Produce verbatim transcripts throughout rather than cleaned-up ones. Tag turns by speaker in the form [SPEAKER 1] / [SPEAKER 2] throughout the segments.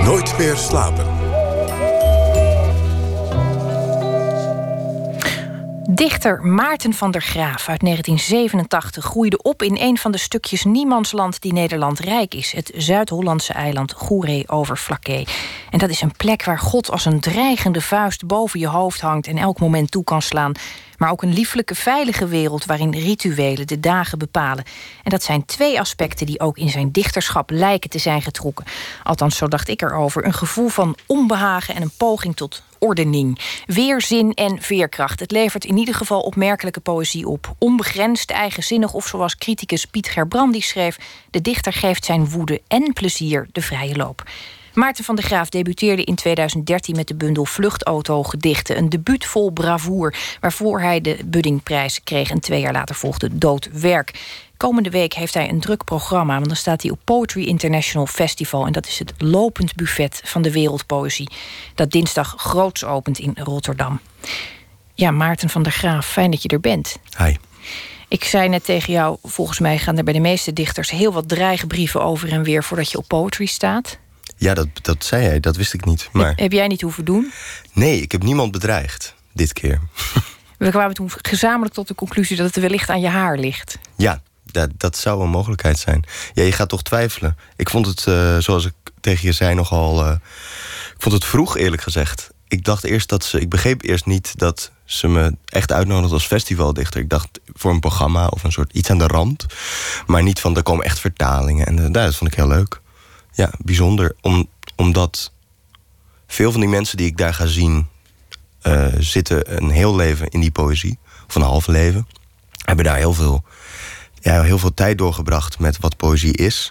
[SPEAKER 1] Nooit meer slapen.
[SPEAKER 2] Dichter Maarten van der Graaf uit negentien zevenentachtig groeide op in een van de stukjes niemandsland die Nederland rijk is. Het Zuid-Hollandse eiland Goeree-Overflakkee. En dat is een plek waar God als een dreigende vuist boven je hoofd hangt en elk moment toe kan slaan. Maar ook een lieflijke, veilige wereld waarin rituelen de dagen bepalen. En dat zijn twee aspecten die ook in zijn dichterschap lijken te zijn getrokken. Althans, zo dacht ik erover. Een gevoel van onbehagen en een poging tot ordening. Weerzin en veerkracht. Het levert in ieder geval opmerkelijke poëzie op. Onbegrensd, eigenzinnig of zoals criticus Piet Gerbrandi schreef: de dichter geeft zijn woede en plezier de vrije loop. Maarten van der Graaf debuteerde in tweeduizend dertien met de bundel Vluchtauto-gedichten. Een debuut vol bravoer, waarvoor hij de Buddingprijs kreeg. En twee jaar later volgde Dood Werk. Komende week heeft hij een druk programma, want dan staat hij op Poetry International Festival. En dat is het lopend buffet van de wereldpoëzie, dat dinsdag groots opent in Rotterdam. Ja, Maarten van der Graaf, fijn dat je er bent.
[SPEAKER 3] Hi.
[SPEAKER 2] Ik zei net tegen jou, volgens mij gaan er bij de meeste dichters heel wat dreigbrieven over en weer voordat je op Poetry staat.
[SPEAKER 3] Ja, dat, dat zei hij, dat wist ik niet. Maar...
[SPEAKER 2] Heb, heb jij niet hoeven doen?
[SPEAKER 3] Nee, ik heb niemand bedreigd, dit keer.
[SPEAKER 2] We kwamen toen gezamenlijk tot de conclusie dat het wellicht aan je haar ligt.
[SPEAKER 3] Ja, dat, dat zou een mogelijkheid zijn. Ja, je gaat toch twijfelen. Ik vond het, uh, zoals ik tegen je zei, nogal... Uh, ik vond het vroeg, eerlijk gezegd. Ik dacht eerst dat ze... Ik begreep eerst niet dat ze me echt uitnodigde als festivaldichter. Ik dacht voor een programma of een soort iets aan de rand. Maar niet van, er komen echt vertalingen. En uh, dat vond ik heel leuk. Ja, bijzonder. Om, omdat veel van die mensen die ik daar ga zien... Uh, zitten een heel leven in die poëzie. Of een half leven. Hebben daar heel veel, ja, heel veel tijd doorgebracht met wat poëzie is.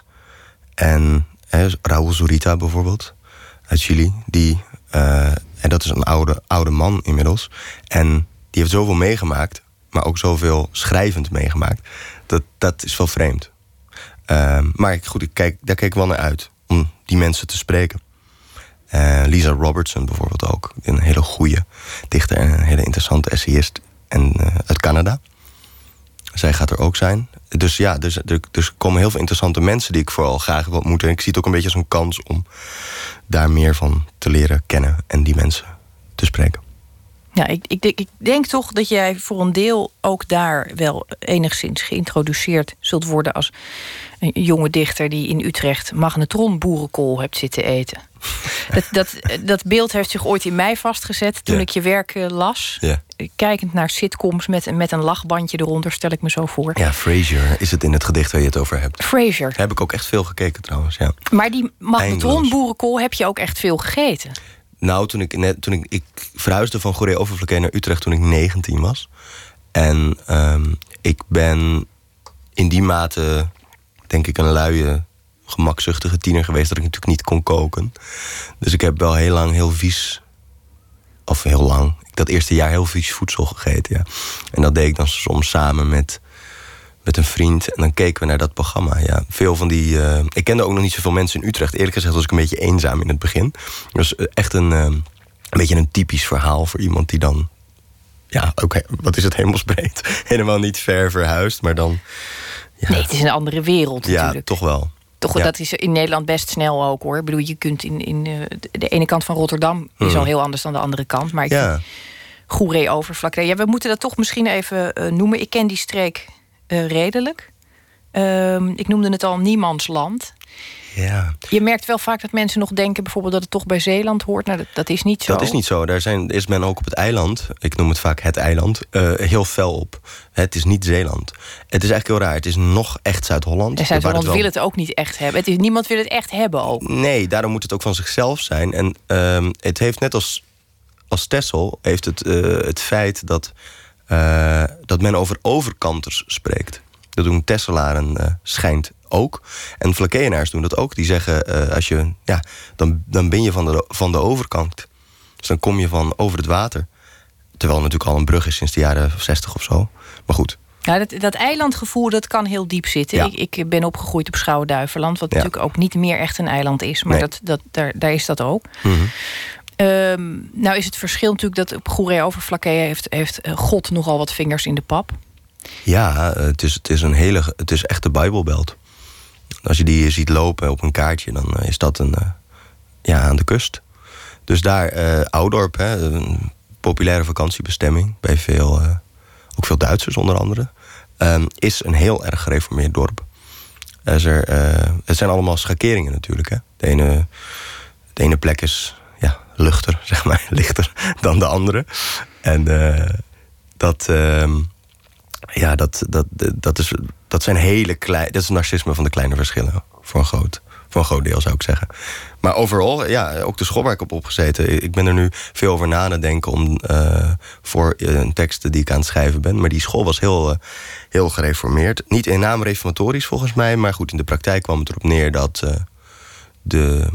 [SPEAKER 3] En eh, Raúl Zurita bijvoorbeeld, uit Chili. Die, uh, en dat is een oude, oude man inmiddels. En die heeft zoveel meegemaakt. Maar ook zoveel schrijvend meegemaakt. Dat, dat is wel vreemd. Uh, maar goed, ik kijk, daar kijk ik wel naar uit. Om die mensen te spreken. Uh, Lisa Robertson bijvoorbeeld ook. Een hele goede dichter en een hele interessante essayist. En uh, uit Canada. Zij gaat er ook zijn. Dus ja, dus, er, dus komen heel veel interessante mensen die ik vooral graag wil ontmoeten. En ik zie het ook een beetje als een kans om daar meer van te leren kennen. En die mensen te spreken.
[SPEAKER 2] Ja, ik, ik, ik denk toch dat jij voor een deel ook daar wel enigszins geïntroduceerd zult worden als een jonge dichter die in Utrecht magnetron boerenkool hebt zitten eten. Dat, dat, dat beeld heeft zich ooit in mij vastgezet toen
[SPEAKER 3] yeah.
[SPEAKER 2] ik je werk uh, las.
[SPEAKER 3] Yeah.
[SPEAKER 2] Kijkend naar sitcoms met, met een lachbandje eronder, stel ik me zo voor.
[SPEAKER 3] Ja, Frasier is het in het gedicht waar je het over hebt.
[SPEAKER 2] Frasier.
[SPEAKER 3] Daar heb ik ook echt veel gekeken trouwens, ja.
[SPEAKER 2] Maar die magnetron boerenkool heb je ook echt veel gegeten?
[SPEAKER 3] Nou, toen ik net toen ik, ik verhuisde van Goeree-Overflakkee naar Utrecht toen ik negentien was. En um, ik ben in die mate, denk ik, een luie, gemakzuchtige tiener geweest dat ik natuurlijk niet kon koken. Dus ik heb wel heel lang heel vies, of heel lang, dat eerste jaar heel vies voedsel gegeten, ja. En dat deed ik dan soms samen met, met een vriend. En dan keken we naar dat programma, ja. Veel van die... Uh, ik kende ook nog niet zoveel mensen in Utrecht. Eerlijk gezegd was ik een beetje eenzaam in het begin. Dus echt een, uh, een beetje een typisch verhaal voor iemand die dan... Ja, oké, okay, wat is het hemelsbreed? Helemaal niet ver verhuisd, maar dan... Ja.
[SPEAKER 2] Nee, het is een andere wereld natuurlijk.
[SPEAKER 3] Ja, toch wel.
[SPEAKER 2] Toch,
[SPEAKER 3] ja.
[SPEAKER 2] Dat is in Nederland best snel ook, hoor. Ik bedoel, je kunt in, in uh, de ene kant van Rotterdam is mm. al heel anders dan de andere kant. Maar ik
[SPEAKER 3] ja.
[SPEAKER 2] Goeree-Overflakkee. Ja, we moeten dat toch misschien even uh, noemen. Ik ken die streek uh, redelijk. Uh, ik noemde het al niemandsland.
[SPEAKER 3] Ja.
[SPEAKER 2] Je merkt wel vaak dat mensen nog denken bijvoorbeeld dat het toch bij Zeeland hoort. Nou, dat, dat is niet zo.
[SPEAKER 3] Dat is niet zo. Daar zijn, is men ook op het eiland, ik noem het vaak het eiland, uh, heel fel op. Het is niet Zeeland. Het is eigenlijk heel raar. Het is nog echt Zuid-Holland.
[SPEAKER 2] En Zuid-Holland
[SPEAKER 3] het wel...
[SPEAKER 2] wil het ook niet echt hebben. Het is, niemand wil het echt hebben ook.
[SPEAKER 3] Nee, daarom moet het ook van zichzelf zijn. En uh, het heeft net als, als Texel, heeft het, uh, het feit dat, uh, dat men over overkanters spreekt. Dat doen Texelaren uh, schijnt ook. En Vlakkenaars doen dat ook. Die zeggen, uh, als je, ja, dan, dan ben je van de, van de overkant. Dus dan kom je van over het water. Terwijl het natuurlijk al een brug is sinds de jaren zestig of zo. Maar goed.
[SPEAKER 2] Ja, dat, dat eilandgevoel, dat kan heel diep zitten.
[SPEAKER 3] Ja.
[SPEAKER 2] Ik, ik ben opgegroeid op Schouwen-Duiveland, wat
[SPEAKER 3] ja.
[SPEAKER 2] natuurlijk ook niet meer echt een eiland is. Maar
[SPEAKER 3] nee.
[SPEAKER 2] dat, dat, daar, daar is dat ook.
[SPEAKER 3] Mm-hmm.
[SPEAKER 2] Um, nou is het verschil natuurlijk dat op Goeree-Overflakkee heeft, heeft God nogal wat vingers in de pap.
[SPEAKER 3] Ja, het is, het is een hele, het is echt de Bijbelbelt. Als je die ziet lopen op een kaartje, dan is dat een, ja, aan de kust. Dus daar, uh, Oudorp, hè, een populaire vakantiebestemming bij veel, uh, ook veel Duitsers onder andere, um, is een heel erg gereformeerd dorp. Is er, uh, het zijn allemaal schakeringen natuurlijk. Hè. De ene, de ene plek is ja, luchter, zeg maar, lichter dan de andere. En uh, dat, uh, ja, dat, dat, dat, is, dat zijn hele kleine. Dat is het narcisme van de kleine verschillen. Voor een groot, voor een groot deel zou ik zeggen. Maar overal, ja, ook de school waar ik op opgezeten. Ik ben er nu veel over na te denken om uh, voor een tekst die ik aan het schrijven ben. Maar die school was heel, uh, heel gereformeerd. Niet in naam reformatorisch volgens mij. Maar goed, in de praktijk kwam het erop neer dat uh, de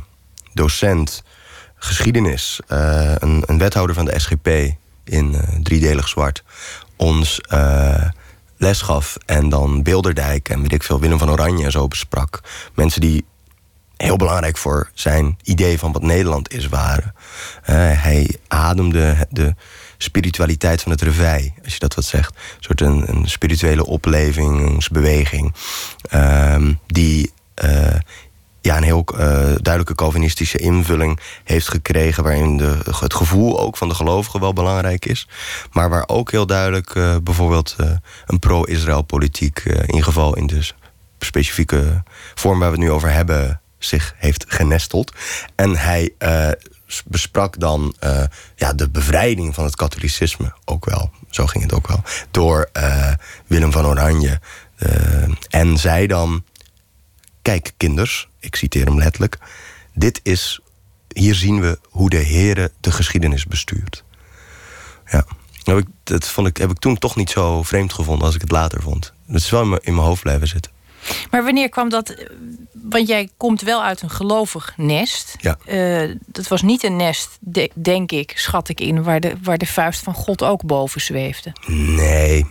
[SPEAKER 3] docent geschiedenis, uh, een, een wethouder van de S G P in uh, driedelig zwart, ons uh, les gaf en dan Bilderdijk en weet ik veel, Willem van Oranje en zo besprak. Mensen die heel belangrijk voor zijn idee van wat Nederland is waren. Uh, hij ademde de spiritualiteit van het revij, als je dat wat zegt. Een soort een, een spirituele oplevingsbeweging uh, die uh, ja, een heel uh, duidelijke Calvinistische invulling heeft gekregen, waarin de, het gevoel ook van de gelovigen wel belangrijk is. Maar waar ook heel duidelijk uh, bijvoorbeeld uh, een pro-Israël politiek, uh, in ieder geval in de specifieke vorm waar we het nu over hebben, zich heeft genesteld. En hij uh, besprak dan uh, ja, de bevrijding van het katholicisme ook wel. Zo ging het ook wel. Door uh, Willem van Oranje. Uh, en zei dan: kijk, kinders, ik citeer hem letterlijk, dit is, hier zien we hoe de Heere de geschiedenis bestuurt. Ja, dat, dat vond ik, heb ik toen toch niet zo vreemd gevonden als ik het later vond. Het is wel in mijn, in mijn hoofd blijven zitten.
[SPEAKER 2] Maar wanneer kwam dat? Want jij komt wel uit een gelovig nest.
[SPEAKER 3] Ja.
[SPEAKER 2] Uh, dat was niet een nest, de, denk ik, schat ik in, waar de, waar de vuist van God ook boven zweefde.
[SPEAKER 3] Nee,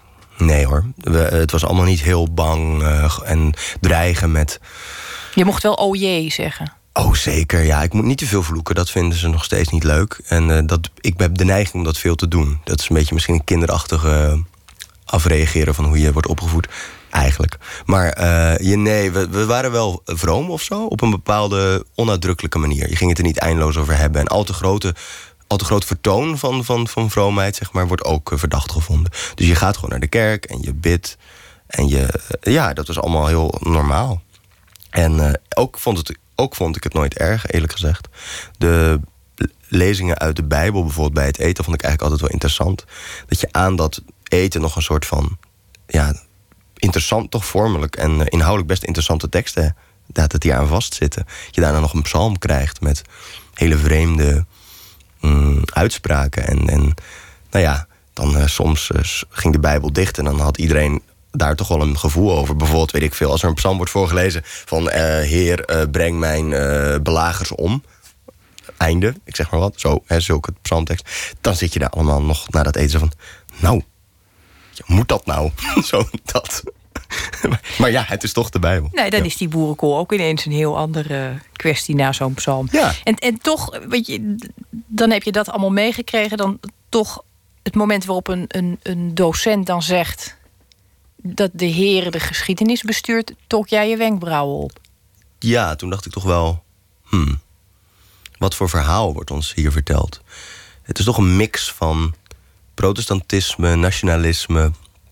[SPEAKER 3] nee hoor. We, het was allemaal niet heel bang uh, en dreigen met.
[SPEAKER 2] Je mocht wel o jee zeggen.
[SPEAKER 3] Oh, zeker. Ja, ik moet niet te veel vloeken. Dat vinden ze nog steeds niet leuk. En uh, dat, ik heb de neiging om dat veel te doen. Dat is een beetje misschien een kinderachtige uh, afreageren van hoe je wordt opgevoed. Eigenlijk. Maar uh, je, nee, we, we waren wel vroom of zo. Op een bepaalde onuitdrukkelijke manier. Je ging het er niet eindeloos over hebben. En al te grote, al te groot vertoon van, van, van vroomheid, zeg maar, wordt ook uh, verdacht gevonden. Dus je gaat gewoon naar de kerk en je bidt. En je, uh, ja, dat was allemaal heel normaal. En uh, ook, vond het, ook vond ik het nooit erg, eerlijk gezegd. De lezingen uit de Bijbel, bijvoorbeeld bij het eten, vond ik eigenlijk altijd wel interessant. Dat je aan dat eten nog een soort van, ja, interessant, toch vormelijk en uh, inhoudelijk best interessante teksten, dat het hier aan vastzitten. Je daarna nog een psalm krijgt met hele vreemde um, uitspraken. En, en nou ja, dan uh, soms uh, ging de Bijbel dicht en dan had iedereen daar toch wel een gevoel over. Bijvoorbeeld, weet ik veel, als er een psalm wordt voorgelezen van uh, Heer, uh, breng mijn uh, belagers om. Einde, ik zeg maar wat, zo, hè, zulke psalmtekst. Dan zit je daar allemaal nog na dat eten van, nou, moet dat nou? Zo, dat. Maar ja, het is toch de Bijbel.
[SPEAKER 2] Nee, dan
[SPEAKER 3] ja.
[SPEAKER 2] is die boerenkool ook ineens een heel andere kwestie na zo'n psalm.
[SPEAKER 3] Ja.
[SPEAKER 2] En, en toch, weet je, dan heb je dat allemaal meegekregen. Dan toch het moment waarop een, een, een docent dan zegt dat de Heere de geschiedenis bestuurt, trok jij je wenkbrauwen op.
[SPEAKER 3] Ja, toen dacht ik toch wel, hmm, wat voor verhaal wordt ons hier verteld? Het is toch een mix van protestantisme, nationalisme,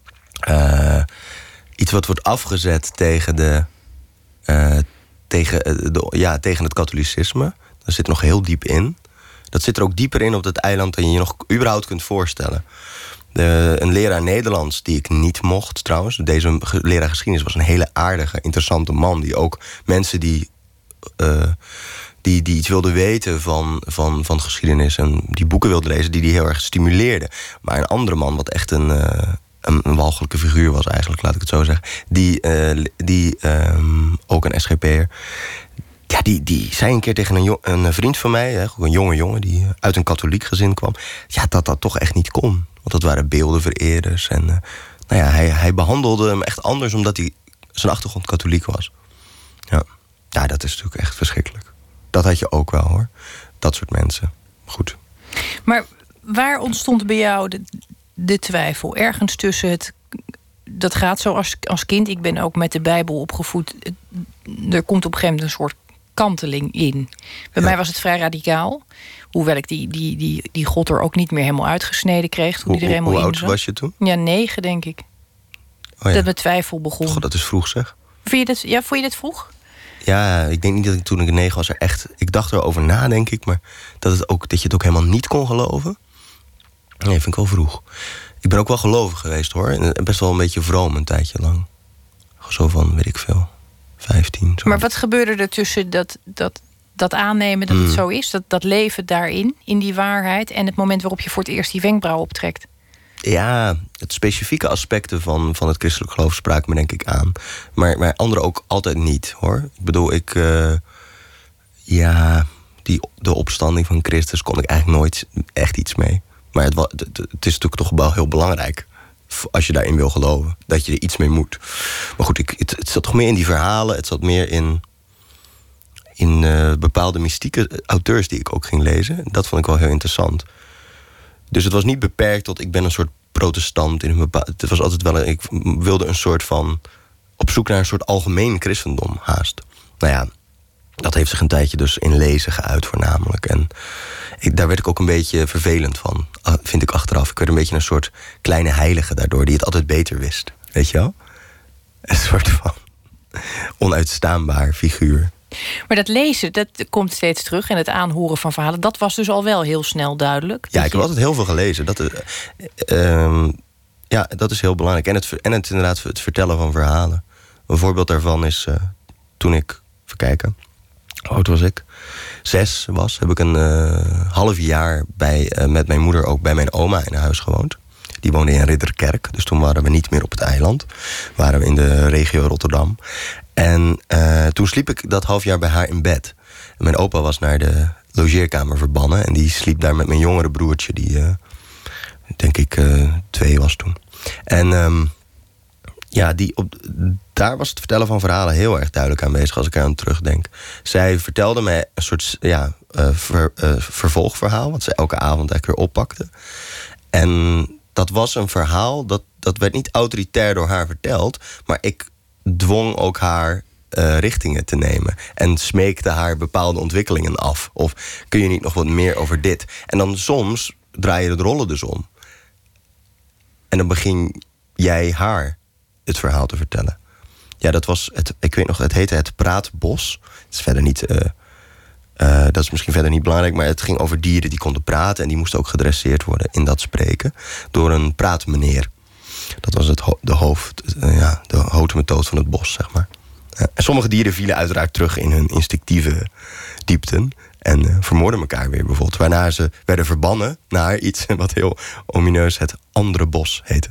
[SPEAKER 3] uh, iets wat wordt afgezet tegen, de, uh, tegen, de, ja, tegen het katholicisme. Dat zit er nog heel diep in. Dat zit er ook dieper in op dat eiland dan je je nog überhaupt kunt voorstellen. De, een leraar Nederlands die ik niet mocht trouwens. Deze leraar geschiedenis was een hele aardige, interessante man. Die ook mensen die, uh, die, die iets wilden weten van, van, van geschiedenis en die boeken wilden lezen, die die heel erg stimuleerde. Maar een andere man, wat echt een, uh, een, een walgelijke figuur was eigenlijk, laat ik het zo zeggen. Die, uh, die um, ook een S G P'er. Ja, die, die zei een keer tegen een, jong, een vriend van mij, hè, een jonge jongen die uit een katholiek gezin kwam, ja, dat dat toch echt niet kon. Want dat waren beeldenvereerders. En uh, nou ja, hij, hij behandelde hem echt anders omdat hij zijn achtergrond katholiek was. Ja. ja, dat is natuurlijk echt verschrikkelijk. Dat had je ook wel, hoor. Dat soort mensen. Goed.
[SPEAKER 2] Maar waar ontstond bij jou de, de twijfel? Ergens tussen het, dat gaat zo als, als kind. Ik ben ook met de Bijbel opgevoed. Er komt op een gegeven moment een soort kanteling in. Bij
[SPEAKER 3] ja.
[SPEAKER 2] mij was het vrij radicaal. Hoewel ik die, die, die, die god er ook niet meer helemaal uitgesneden kreeg. Toen
[SPEAKER 3] Hoe,
[SPEAKER 2] die er helemaal
[SPEAKER 3] hoe
[SPEAKER 2] in
[SPEAKER 3] oud
[SPEAKER 2] zat.
[SPEAKER 3] was je toen?
[SPEAKER 2] Ja, negen denk ik.
[SPEAKER 3] Oh, ja.
[SPEAKER 2] Dat met twijfel begon.
[SPEAKER 3] God, dat is vroeg zeg.
[SPEAKER 2] Vind je dat, ja, vond je dat vroeg?
[SPEAKER 3] Ja, ik denk niet dat ik toen ik negen was er echt... Ik dacht erover na, denk ik. Maar dat, het ook, dat je het ook helemaal niet kon geloven. Nee, vind ik wel vroeg. Ik ben ook wel gelovig geweest, hoor. En best wel een beetje vroom een tijdje lang. Zo van, weet ik veel, vijftien. Zo.
[SPEAKER 2] Maar wat gebeurde er tussen dat, dat, dat aannemen dat
[SPEAKER 3] Mm.
[SPEAKER 2] het zo is? Dat, dat leven daarin, in die waarheid... en het moment waarop je voor het eerst die wenkbrauw optrekt?
[SPEAKER 3] Ja, het specifieke aspecten van, van het christelijk geloof spraken me denk ik aan. Maar, maar anderen ook altijd niet, hoor. Ik bedoel, ik... Uh, ja, die, de opstanding van Christus kon ik eigenlijk nooit echt iets mee. Maar het, het, het is natuurlijk toch wel heel belangrijk... als je daarin wil geloven, dat je er iets mee moet. Maar goed, ik, het, het zat toch meer in die verhalen. Het zat meer in, in uh, bepaalde mystieke auteurs die ik ook ging lezen. Dat vond ik wel heel interessant. Dus het was niet beperkt tot ik ben een soort protestant in een bepaald. Het was altijd wel een, ik wilde een soort van op zoek naar een soort algemeen christendom haast. Nou ja, dat heeft zich een tijdje dus in lezen geuit voornamelijk. En ik, daar werd ik ook een beetje vervelend van, vind ik achteraf. Ik werd een beetje een soort kleine heilige daardoor, die het altijd beter wist. Weet je wel? Een soort van onuitstaanbaar figuur.
[SPEAKER 2] Maar dat lezen, dat komt steeds terug. En het aanhoren van verhalen, dat was dus al wel heel snel duidelijk.
[SPEAKER 3] Ja, ik heb
[SPEAKER 2] je...
[SPEAKER 3] altijd heel veel gelezen. Dat, uh, uh, ja, dat is heel belangrijk. En het, en het inderdaad het vertellen van verhalen. Een voorbeeld daarvan is uh, toen ik, even kijken, hoe oud was ik? Zes was, heb ik een uh, half jaar bij, uh, met mijn moeder ook bij mijn oma in huis gewoond. Die woonde in Ridderkerk, dus toen waren we niet meer op het eiland. Waren we in de regio Rotterdam. En uh, toen sliep ik dat half jaar bij haar in bed. En mijn opa was naar de logeerkamer verbannen. En die sliep daar met mijn jongere broertje, die uh, denk ik uh, twee was toen. En um, ja, die op, daar was het vertellen van verhalen heel erg duidelijk aanwezig als ik eraan terugdenk. Zij vertelde mij een soort ja, uh, ver, uh, vervolgverhaal, wat ze elke avond eigenlijk weer oppakte. En dat was een verhaal, dat, dat werd niet autoritair door haar verteld, maar ik dwong ook haar uh, richtingen te nemen. En smeekte haar bepaalde ontwikkelingen af. Of kun je niet nog wat meer over dit? En dan soms draai je de rollen dus om. En dan begin jij haar het verhaal te vertellen. Ja, dat was het, ik weet nog, het heette het Praatbos. Het is verder niet, uh, uh, dat is misschien verder niet belangrijk, maar het ging over dieren die konden praten en die moesten ook gedresseerd worden in dat spreken door een praatmeneer. Dat was het ho- de hoofd, uh, ja, de hotemethode van het bos, zeg maar. Uh, en sommige dieren vielen uiteraard terug in hun instinctieve diepten en uh, vermoorden elkaar weer bijvoorbeeld. Waarna ze werden verbannen naar iets wat heel omineus het andere bos heette.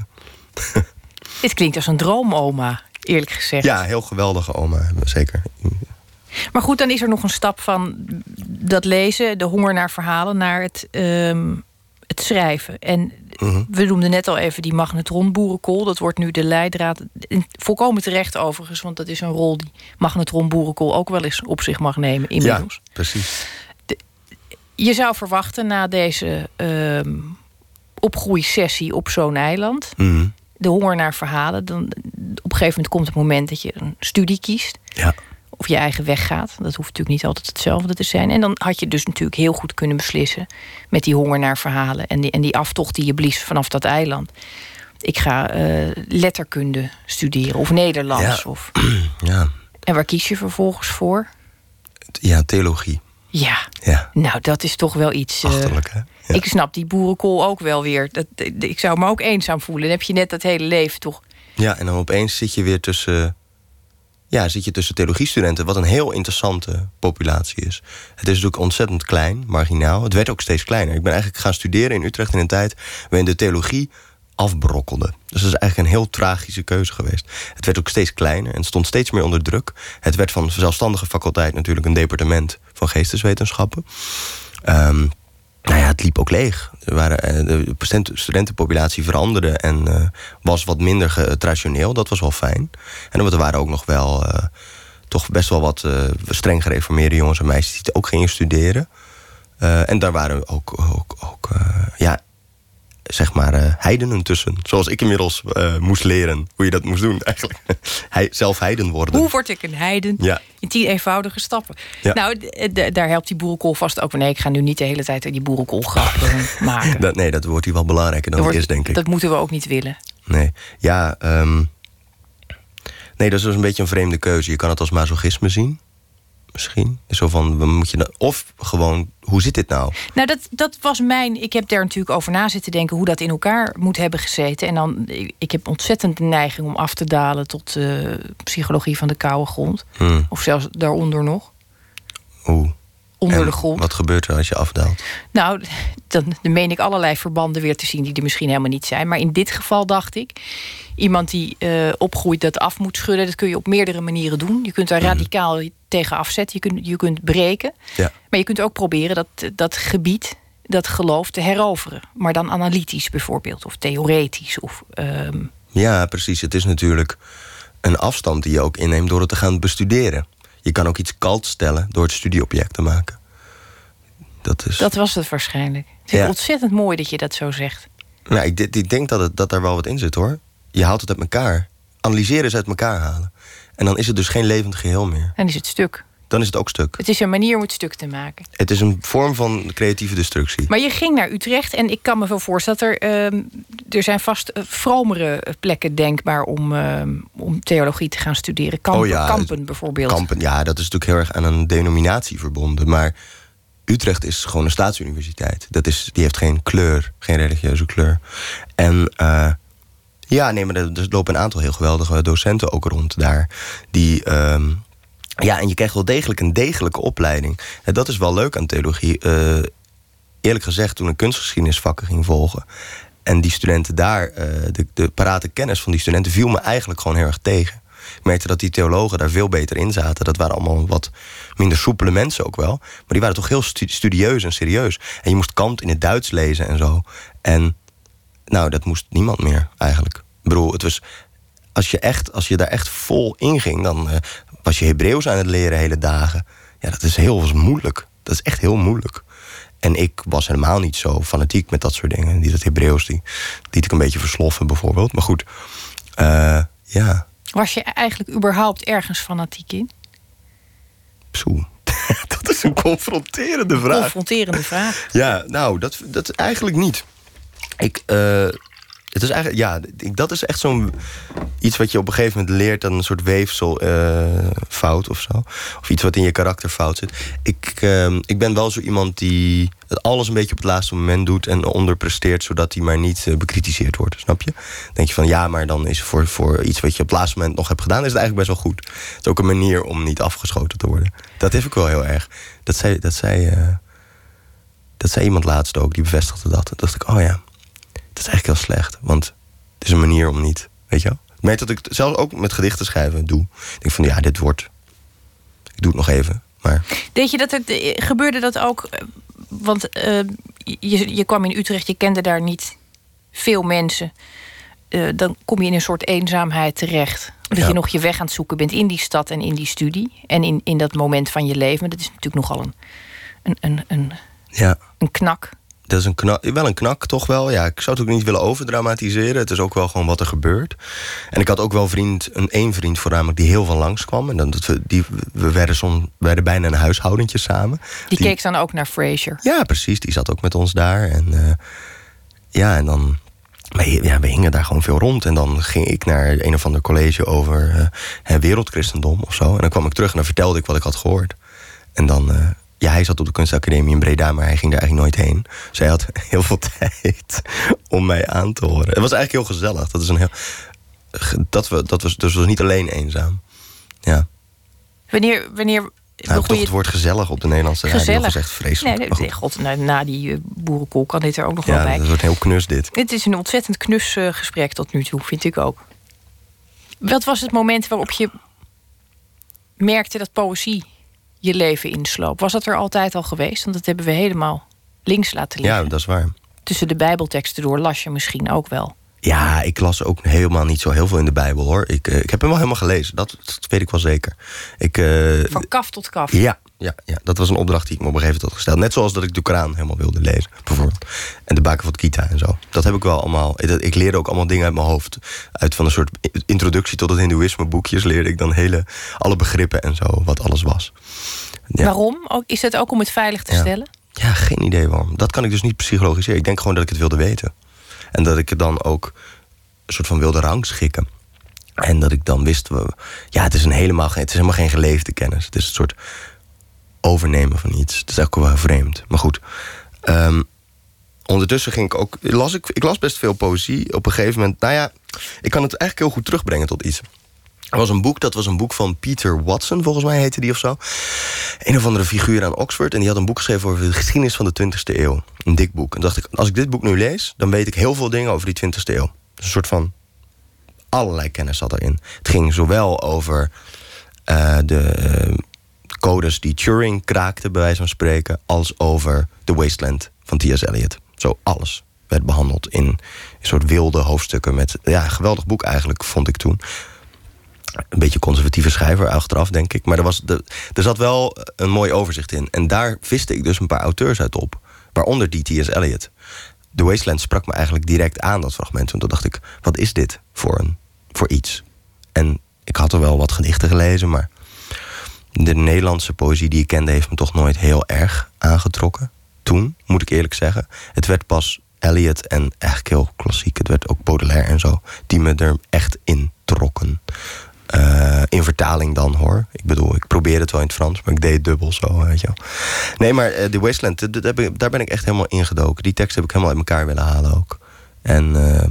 [SPEAKER 2] Dit klinkt als een droomoma, eerlijk gezegd.
[SPEAKER 3] Ja, heel geweldige oma, zeker.
[SPEAKER 2] Maar goed, dan is er nog een stap van dat lezen, de honger naar verhalen, naar het, um, het schrijven. En mm-hmm. we noemden net al even die magnetronboerenkool. Dat wordt nu de leidraad. Volkomen terecht overigens, want dat is een rol die magnetronboerenkool ook wel eens op zich mag nemen inmiddels.
[SPEAKER 3] Ja, precies.
[SPEAKER 2] De, je zou verwachten na deze um, opgroeisessie op zo'n eiland,
[SPEAKER 3] Mm-hmm.
[SPEAKER 2] de honger naar verhalen, dan op een gegeven moment komt het moment dat je een studie kiest.
[SPEAKER 3] Ja.
[SPEAKER 2] Of je eigen weg gaat. Dat hoeft natuurlijk niet altijd hetzelfde te zijn. En dan had je dus natuurlijk heel goed kunnen beslissen met die honger naar verhalen en die, en die aftocht die je blies vanaf dat eiland. Ik ga uh, letterkunde studeren of Nederlands.
[SPEAKER 3] Ja.
[SPEAKER 2] Of...
[SPEAKER 3] Ja.
[SPEAKER 2] En waar kies je vervolgens voor?
[SPEAKER 3] Ja, theologie.
[SPEAKER 2] Ja.
[SPEAKER 3] Ja.
[SPEAKER 2] Nou, dat is toch wel iets.
[SPEAKER 3] Achterlijk, hè? Ja.
[SPEAKER 2] Ik snap die boerenkool ook wel weer. Dat, ik zou me ook eenzaam voelen. Dan heb je net dat hele leven toch.
[SPEAKER 3] Ja, en dan opeens zit je weer tussen. Ja, zit je tussen theologiestudenten, wat een heel interessante populatie is. Het is natuurlijk ontzettend klein, marginaal. Het werd ook steeds kleiner. Ik ben eigenlijk gaan studeren in Utrecht in een tijd waarin de theologie afbrokkelde. Dus dat is eigenlijk een heel tragische keuze geweest. Het werd ook steeds kleiner en stond steeds meer onder druk. Het werd van zelfstandige faculteit natuurlijk een departement van geesteswetenschappen. Um, Nou ja, het liep ook leeg. Er waren, de studentenpopulatie veranderde en uh, was wat minder ge- traditioneel. Dat was wel fijn. En er waren ook nog wel uh, toch best wel wat uh, streng gereformeerde jongens en meisjes die ook gingen studeren. Uh, en daar waren ook, ook, ook uh, ja, zeg maar uh, heidenen tussen. Zoals ik inmiddels uh, moest leren hoe je dat moest doen eigenlijk. He, zelf heiden worden.
[SPEAKER 2] Hoe word ik een heiden? Ja. In tien eenvoudige stappen. Ja. Nou, d- d- daar helpt die boerenkool vast ook. Nee, ik ga nu niet de hele tijd die boerenkoolgrappen maken.
[SPEAKER 3] Dat, nee, dat wordt hier wel belangrijker dan het is, denk ik.
[SPEAKER 2] Dat moeten we ook niet willen.
[SPEAKER 3] Nee, ja... Um, nee, dat is dus een beetje een vreemde keuze. Je kan het als masochisme zien. Misschien. Zo van, moet je nou, of gewoon, hoe zit dit nou?
[SPEAKER 2] Nou, dat, dat was mijn... Ik heb daar natuurlijk over na zitten denken hoe dat in elkaar moet hebben gezeten. En dan, ik heb ontzettend de neiging om af te dalen tot uh, psychologie van de koude grond. Hmm. Of zelfs daaronder nog.
[SPEAKER 3] Oeh.
[SPEAKER 2] Onder
[SPEAKER 3] en
[SPEAKER 2] de grond.
[SPEAKER 3] Wat gebeurt er als je afdaalt?
[SPEAKER 2] Nou, dan, dan meen ik allerlei verbanden weer te zien die er misschien helemaal niet zijn. Maar in dit geval dacht ik, iemand die uh, opgroeit dat af moet schudden, dat kun je op meerdere manieren doen. Je kunt daar mm. radicaal tegen afzetten, je kunt, je kunt breken. Ja. Maar je kunt ook proberen dat, dat gebied, dat geloof te heroveren. Maar dan analytisch bijvoorbeeld, of theoretisch. Of, um...
[SPEAKER 3] Ja, precies. Het is natuurlijk een afstand die je ook inneemt door het te gaan bestuderen. Je kan ook iets kalt stellen door het studieobject te maken. Dat, is...
[SPEAKER 2] dat was het waarschijnlijk. Het is ja. ontzettend mooi dat je dat zo zegt.
[SPEAKER 3] Nou, ik, ik denk dat, het, dat daar wel wat in zit, hoor. Je haalt het uit elkaar. Analyseren is uit elkaar halen. En dan is het dus geen levend geheel meer.
[SPEAKER 2] Dan is het stuk.
[SPEAKER 3] Dan is het ook stuk.
[SPEAKER 2] Het is een manier om het stuk te maken.
[SPEAKER 3] Het is een vorm van creatieve destructie.
[SPEAKER 2] Maar je ging naar Utrecht en ik kan me wel voorstellen dat er... Uh, er zijn vast uh, vromere plekken denkbaar om, uh, om theologie te gaan studeren. Kampen,
[SPEAKER 3] oh ja,
[SPEAKER 2] Kampen bijvoorbeeld.
[SPEAKER 3] Kampen, ja, dat is natuurlijk heel erg aan een denominatie verbonden. Maar Utrecht is gewoon een staatsuniversiteit. Dat is, die heeft geen kleur, geen religieuze kleur. En uh, ja, nee, maar er, er lopen een aantal heel geweldige docenten ook rond daar. Die... Uh, Ja, en je krijgt wel degelijk een degelijke opleiding. En dat is wel leuk aan theologie. Uh, eerlijk gezegd, toen ik kunstgeschiedenisvakken ging volgen... en die studenten daar, uh, de, de parate kennis van die studenten... viel me eigenlijk gewoon heel erg tegen. Ik merkte dat die theologen daar veel beter in zaten. Dat waren allemaal wat minder soepele mensen ook wel. Maar die waren toch heel studieus en serieus. En je moest Kant in het Duits lezen en zo. En nou, dat moest niemand meer eigenlijk. Ik bedoel, het was... Als je, echt, als je daar echt vol in ging, dan uh, was je Hebreeuws aan het leren hele dagen. Ja, dat is heel moeilijk. Dat is echt heel moeilijk. En ik was helemaal niet zo fanatiek met dat soort dingen. Die dat Hebreeuws, die liet ik een beetje versloffen bijvoorbeeld. Maar goed, uh, ja.
[SPEAKER 2] Was je eigenlijk überhaupt ergens fanatiek in?
[SPEAKER 3] Poeh, dat is een confronterende vraag.
[SPEAKER 2] Confronterende vraag?
[SPEAKER 3] Ja, nou, dat, dat eigenlijk niet. Ik... Uh, Het is eigenlijk, ja, dat is echt zo'n iets wat je op een gegeven moment leert, dan een soort weefsel uh, fout of zo. Of iets wat in je karakter fout zit. Ik, uh, ik ben wel zo iemand die het alles een beetje op het laatste moment doet en onderpresteert, zodat hij maar niet uh, bekritiseerd wordt, snap je? Dan denk je van ja, maar dan is voor, voor iets wat je op het laatste moment nog hebt gedaan, is het eigenlijk best wel goed. Het is ook een manier om niet afgeschoten te worden. Dat heb ik wel heel erg. Dat zei, dat zei, uh, dat zei iemand laatst ook, die bevestigde dat. Toen dacht ik, oh ja. Dat is eigenlijk heel slecht, want het is een manier om niet, weet je wel? Ik merk dat ik het zelfs ook met gedichten schrijven doe. Ik denk van, ja, dit wordt... Ik doe het nog even, maar...
[SPEAKER 2] Weet je dat het... Gebeurde dat ook... Want uh, je, je kwam in Utrecht, je kende daar niet veel mensen. Uh, dan kom je in een soort eenzaamheid terecht. Dat ja. je nog je weg aan het zoeken bent in die stad en in die studie. En in, in dat moment van je leven. Dat is natuurlijk nogal een, een, een, een,
[SPEAKER 3] ja.
[SPEAKER 2] een knak.
[SPEAKER 3] Dat is een knak, wel een knak, toch wel. Ja, ik zou het ook niet willen overdramatiseren. Het is ook wel gewoon wat er gebeurt. En ik had ook wel vriend, een één vriend voornamelijk die heel van langs kwam. En dan, dat we, die, we werden, som, we werden bijna een huishoudentje samen.
[SPEAKER 2] Die, die keek dan ook naar Frasier.
[SPEAKER 3] Ja, precies. Die zat ook met ons daar. En uh, ja, en dan... Maar ja, we hingen daar gewoon veel rond. En dan ging ik naar een of ander college over uh, wereldchristendom of zo. En dan kwam ik terug en dan vertelde ik wat ik had gehoord. En dan... Uh, Ja, hij zat op de kunstacademie in Breda, maar hij ging daar eigenlijk nooit heen. Dus hij had heel veel tijd om mij aan te horen. Het was eigenlijk heel gezellig. Dat is een heel... Dat, we, dat was dus was niet alleen eenzaam. Ja.
[SPEAKER 2] Wanneer... wanneer
[SPEAKER 3] nou, toch je... het woord gezellig op de Nederlandse radio. Dat is echt vreselijk.
[SPEAKER 2] Nee, nee, god, na, na die uh, boerenkool kan dit er ook nog
[SPEAKER 3] ja,
[SPEAKER 2] wel bij.
[SPEAKER 3] Ja, dat wordt heel knus dit.
[SPEAKER 2] Het is een ontzettend knus uh, gesprek tot nu toe, vind ik ook. Wat was het moment waarop je merkte dat poëzie je leven insloop? Was dat er altijd al geweest? Want dat hebben we helemaal links laten liggen.
[SPEAKER 3] Ja, dat is waar.
[SPEAKER 2] Tussen de Bijbelteksten door las je misschien ook wel.
[SPEAKER 3] Ja, ik las ook helemaal niet zo heel veel in de Bijbel, hoor. Ik, uh, ik heb hem wel helemaal gelezen, dat, dat weet ik wel zeker. Ik, uh,
[SPEAKER 2] Van kaf tot kaf?
[SPEAKER 3] Ja, ja, ja, dat was een opdracht die ik me op een gegeven moment had gesteld. Net zoals dat ik de Koran helemaal wilde lezen, bijvoorbeeld. En de Bhagavad Gita en zo. Dat heb ik wel allemaal. Ik leerde ook allemaal dingen uit mijn hoofd. Uit van een soort introductie tot het hindoeïsme boekjes leerde ik dan hele, alle begrippen en zo, wat alles was. Ja.
[SPEAKER 2] Waarom? Is dat ook om het veilig te
[SPEAKER 3] ja.
[SPEAKER 2] stellen?
[SPEAKER 3] Ja, geen idee waarom. Dat kan ik dus niet psychologiseren. Ik denk gewoon dat ik het wilde weten. En dat ik het dan ook een soort van wilde rangschikken. En dat ik dan wist, ja, het is, een helemaal, het is helemaal geen geleefde kennis. Het is een soort overnemen van iets. Het is ook wel vreemd. Maar goed. Um, ondertussen ging ik ook... Las ik, ik las best veel poëzie. Op een gegeven moment... Nou ja, ik kan het eigenlijk heel goed terugbrengen tot iets. Er was een boek, dat was een boek van Peter Watson, volgens mij heette die of zo. Een of andere figuur aan Oxford. En die had een boek geschreven over de geschiedenis van de twintigste eeuw. Een dik boek. En dacht ik, als ik dit boek nu lees, dan weet ik heel veel dingen over die twintigste eeuw. Dus een soort van... Allerlei kennis zat erin. Het ging zowel over uh, de uh, codes die Turing kraakte, bij wijze van spreken, als over The Wasteland van T S Eliot. Zo alles werd behandeld in een soort wilde hoofdstukken met... Ja, een geweldig boek eigenlijk, vond ik toen. Een beetje conservatieve schrijver achteraf, denk ik. Maar er, was de, er zat wel een mooi overzicht in. En daar viste ik dus een paar auteurs uit op. Waaronder die T S Eliot. The Wasteland sprak me eigenlijk direct aan, dat fragment. Want toen dacht ik, wat is dit voor, een, voor iets? En ik had er wel wat gedichten gelezen, maar... de Nederlandse poëzie die ik kende heeft me toch nooit heel erg aangetrokken. Toen, moet ik eerlijk zeggen. Het werd pas Eliot en eigenlijk heel klassiek. Het werd ook Baudelaire en zo, die me er echt in trokken. Uh, in vertaling dan, hoor. Ik bedoel, ik probeerde het wel in het Frans, maar ik deed het dubbel zo, weet je wel. Nee, maar uh, The Wasteland, daar ben ik echt helemaal ingedoken. Die tekst heb ik helemaal uit elkaar willen halen ook. En uh,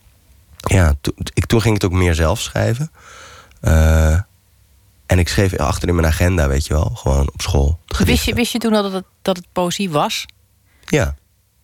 [SPEAKER 3] ja, to, ik, toen ging ik het ook meer zelf schrijven. Uh, en ik schreef achter in mijn agenda, weet je wel, gewoon op school.
[SPEAKER 2] Wist je, wist je toen al dat het, dat het poëzie was?
[SPEAKER 3] Ja.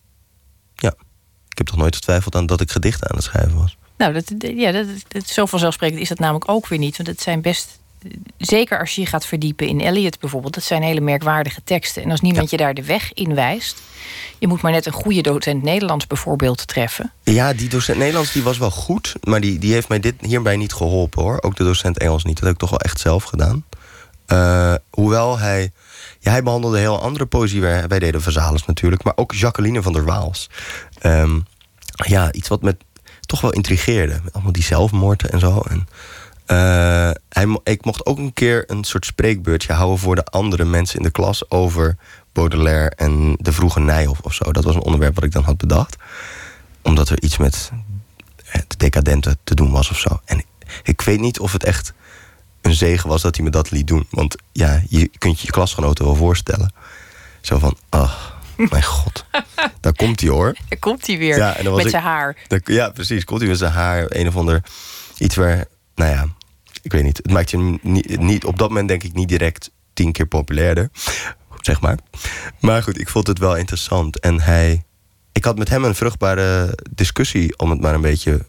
[SPEAKER 3] Ja. Ik heb toch nooit getwijfeld aan dat ik gedichten aan het schrijven was.
[SPEAKER 2] Nou, dat, ja, dat, dat, zo vanzelfsprekend is dat namelijk ook weer niet. Want het zijn best, zeker als je je gaat verdiepen in Eliot bijvoorbeeld... dat zijn hele merkwaardige teksten. En als niemand ja. je daar de weg in wijst... je moet maar net een goede docent Nederlands bijvoorbeeld treffen. Ja,
[SPEAKER 3] die docent Nederlands die was wel goed... maar die, die heeft mij dit hierbij niet geholpen, hoor. Ook de docent Engels niet. Dat heb ik toch wel echt zelf gedaan. Uh, hoewel hij... Ja, hij behandelde heel andere poëzie. Wij, wij deden Versailles natuurlijk. Maar ook Jacqueline van der Waals. Um, ja, iets wat met... toch wel intrigeerde. Met allemaal die zelfmoorden en zo. En, uh, hij, ik mocht ook een keer een soort spreekbeurtje houden... voor de andere mensen in de klas over Baudelaire en de vroege Nijhoff of zo. Dat was een onderwerp wat ik dan had bedacht. Omdat er iets met het decadente te doen was of zo. En ik, ik weet niet of het echt een zegen was dat hij me dat liet doen. Want ja, je kunt je je klasgenoten wel voorstellen. Zo van, ach... Mijn god, daar komt hij, hoor.
[SPEAKER 2] Daar komt hij weer, ja, met zijn haar.
[SPEAKER 3] Daar, ja, precies, komt hij met zijn haar. Een of ander, iets waar, nou ja, ik weet niet. Het maakt je niet, niet, op dat moment denk ik niet direct tien keer populairder. Zeg maar. Maar goed, ik vond het wel interessant. En hij, ik had met hem een vruchtbare discussie, om het maar een beetje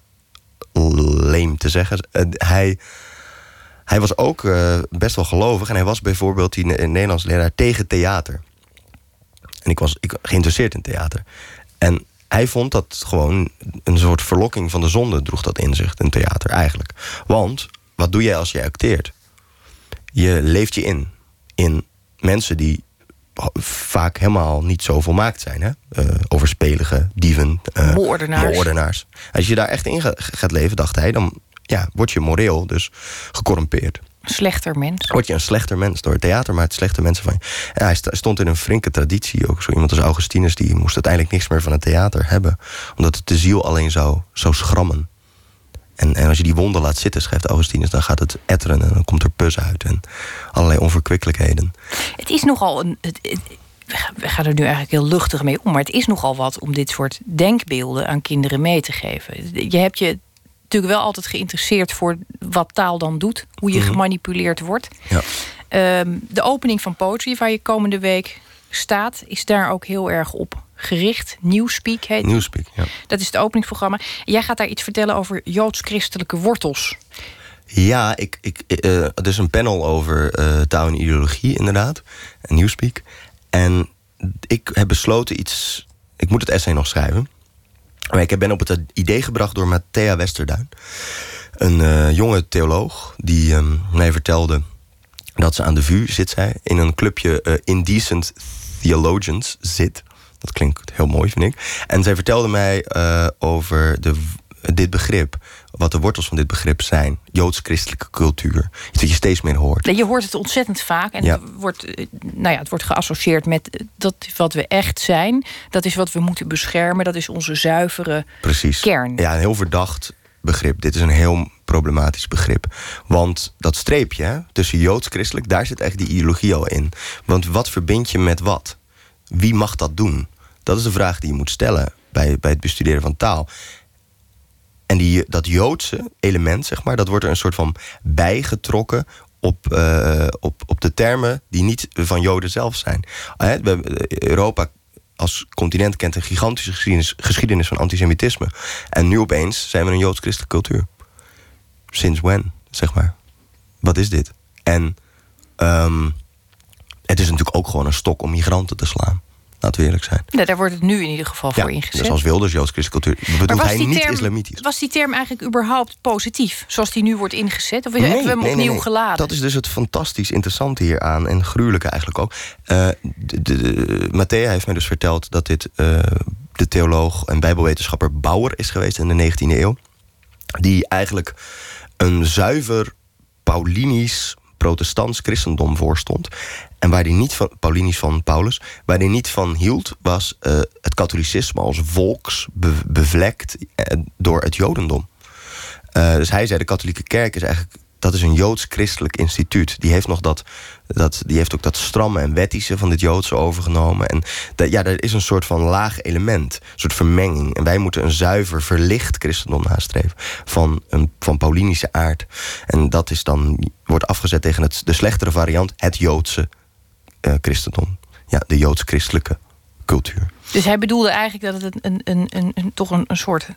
[SPEAKER 3] leem te zeggen. Uh, hij, hij was ook uh, best wel gelovig. En hij was bijvoorbeeld die Nederlands leraar tegen theater. En ik was ik, geïnteresseerd in theater. En hij vond dat gewoon een soort verlokking van de zonde... droeg dat in zich, een theater eigenlijk. Want, wat doe jij als je acteert? Je leeft je in. In mensen die vaak helemaal niet zo volmaakt zijn. Hè? Uh, overspelige, dieven, uh,
[SPEAKER 2] moordenaars.
[SPEAKER 3] moordenaars. Als je daar echt in gaat leven, dacht hij... dan ja, word je moreel dus gecorrumpeerd.
[SPEAKER 2] Slechter mens.
[SPEAKER 3] Word je een slechter mens door het theater, maar het slechte mensen van je. En hij stond in een flinke traditie ook. Zo iemand als Augustinus, die moest uiteindelijk niks meer van het theater hebben. Omdat het de ziel alleen zou, zou schrammen. En, en als je die wonden laat zitten, schrijft Augustinus, dan gaat het etteren en dan komt er pus uit. En allerlei onverkwikkelijkheden.
[SPEAKER 2] Het is nogal een... Het, het, we gaan er nu eigenlijk heel luchtig mee om, maar het is nogal wat om dit soort denkbeelden aan kinderen mee te geven. Je hebt je natuurlijk wel altijd geïnteresseerd voor wat taal dan doet. Hoe je mm-hmm. gemanipuleerd wordt.
[SPEAKER 3] Ja.
[SPEAKER 2] Um, de opening van Poetry, waar je komende week staat, is daar ook heel erg op gericht. Newspeak heet het.
[SPEAKER 3] Newspeak, ja.
[SPEAKER 2] Dat is het openingsprogramma. Jij gaat daar iets vertellen over joods-christelijke wortels.
[SPEAKER 3] Ja, ik, ik, uh, er is een panel over uh, taal en ideologie, inderdaad. En Newspeak. En ik heb besloten iets... Ik moet het essay nog schrijven. Maar ik ben op het idee gebracht door Matthea Westerduin. Een uh, jonge theoloog die um, mij vertelde dat ze aan de V U zit, zij, in een clubje uh, Indecent Theologians zit. Dat klinkt heel mooi, vind ik. En zij vertelde mij uh, over de, dit begrip, wat de wortels van dit begrip zijn. Joods-christelijke cultuur. Iets wat je steeds meer hoort.
[SPEAKER 2] Je hoort het ontzettend vaak. En ja. het, wordt, nou ja, het wordt geassocieerd met dat wat we echt zijn. Dat is wat we moeten beschermen. Dat is onze zuivere
[SPEAKER 3] Precies.
[SPEAKER 2] kern.
[SPEAKER 3] Ja, een heel verdacht begrip. Dit is een heel problematisch begrip. Want dat streepje hè, tussen joods-christelijk, daar zit echt die ideologie al in. Want wat verbind je met wat? Wie mag dat doen? Dat is de vraag die je moet stellen bij, bij het bestuderen van taal. En die, dat Joodse element, zeg maar, dat wordt er een soort van bijgetrokken op, uh, op, op de termen die niet van Joden zelf zijn. Uh, we, Europa als continent kent een gigantische geschiedenis, geschiedenis van antisemitisme. En nu opeens zijn we een joods-christelijke cultuur. Sinds when, zeg maar. Wat is dit? En um, het is natuurlijk ook gewoon een stok om migranten te slaan. Laten we eerlijk zijn.
[SPEAKER 2] Ja, daar wordt het nu in ieder geval
[SPEAKER 3] ja,
[SPEAKER 2] voor ingezet.
[SPEAKER 3] Dus als Wilders joods-christelijke cultuur bedoelt hij niet term, islamitisch.
[SPEAKER 2] Was die term eigenlijk überhaupt positief, zoals die nu wordt ingezet? Of nee, hebben we hem nee, opnieuw nee, nee. geladen?
[SPEAKER 3] Dat is dus het fantastisch interessante hieraan. En gruwelijke eigenlijk ook. Uh, de, de, de, Matthea heeft mij dus verteld dat dit uh, de theoloog en bijbelwetenschapper Bauer is geweest in de negentiende eeuw. Die eigenlijk een zuiver Paulinisch protestants christendom voorstond. En waar hij niet van, Paulinisch van Paulus, waar hij niet van hield, was uh, het katholicisme als volks be, bevlekt uh, door het jodendom. Uh, dus hij zei, de katholieke kerk is eigenlijk, dat is een joods-christelijk instituut. Die heeft nog dat, dat, die heeft ook dat stramme en wettische van dit Joodse overgenomen. En dat, ja, er is een soort van laag element, een soort vermenging. En wij moeten een zuiver, verlicht christendom nastreven van, een, van Paulinische aard. En dat is dan, wordt afgezet tegen het, de slechtere variant, het Joodse uh, christendom. Ja, de joods-christelijke cultuur.
[SPEAKER 2] Dus hij bedoelde eigenlijk dat het een, een, een, een, toch een, een soort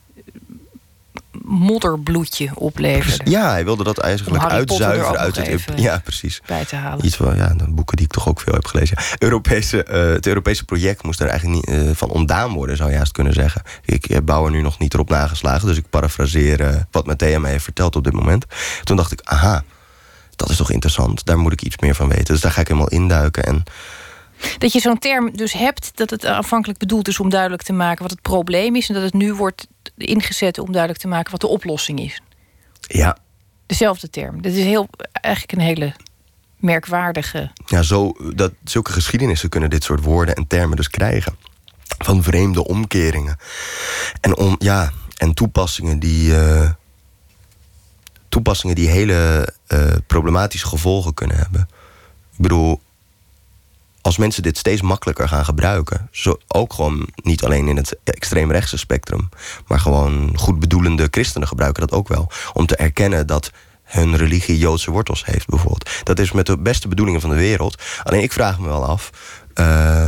[SPEAKER 2] modderbloedje opleverde.
[SPEAKER 3] Ja, hij wilde dat eigenlijk uitzuiveren uit het... Ja, precies.
[SPEAKER 2] Bij te halen.
[SPEAKER 3] Iets van, ja, de boeken die ik toch ook veel heb gelezen. Ja. Europese, uh, het Europese project moest er eigenlijk niet uh, van ontdaan worden, zou je haast kunnen zeggen. Ik heb Bauer nu nog niet erop nageslagen, dus ik parafraseer uh, wat Matthea mij heeft verteld op dit moment. Toen dacht ik, aha, dat is toch interessant. Daar moet ik iets meer van weten. Dus daar ga ik helemaal induiken en...
[SPEAKER 2] Dat je zo'n term dus hebt, dat het aanvankelijk bedoeld is om duidelijk te maken wat het probleem is, en dat het nu wordt ingezet om duidelijk te maken wat de oplossing is.
[SPEAKER 3] Ja.
[SPEAKER 2] Dezelfde term. Dat is heel, eigenlijk een hele merkwaardige...
[SPEAKER 3] Ja, zo, dat, zulke geschiedenissen kunnen dit soort woorden en termen dus krijgen. Van vreemde omkeringen. En, om, ja, en toepassingen die... Uh, toepassingen die hele uh, problematische gevolgen kunnen hebben. Ik bedoel, als mensen dit steeds makkelijker gaan gebruiken, zo ook gewoon niet alleen in het extreemrechtse spectrum, maar gewoon goedbedoelende christenen gebruiken dat ook wel, om te erkennen dat hun religie Joodse wortels heeft, bijvoorbeeld. Dat is met de beste bedoelingen van de wereld. Alleen ik vraag me wel af uh,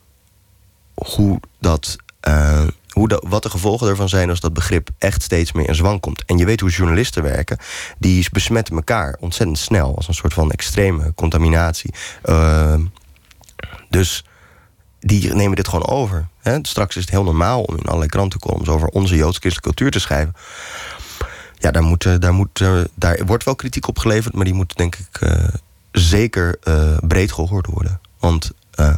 [SPEAKER 3] hoe dat, uh, hoe dat, wat de gevolgen ervan zijn als dat begrip echt steeds meer in zwang komt. En je weet hoe journalisten werken, die besmetten elkaar ontzettend snel als een soort van extreme contaminatie. Uh, Dus die nemen dit gewoon over. Hè? Straks is het heel normaal om in allerlei krantencolumns over onze joods-christelijke cultuur te schrijven. Ja, daar, moet, daar, moet, daar wordt wel kritiek op geleverd, maar die moet denk ik uh, zeker uh, breed gehoord worden. Want uh,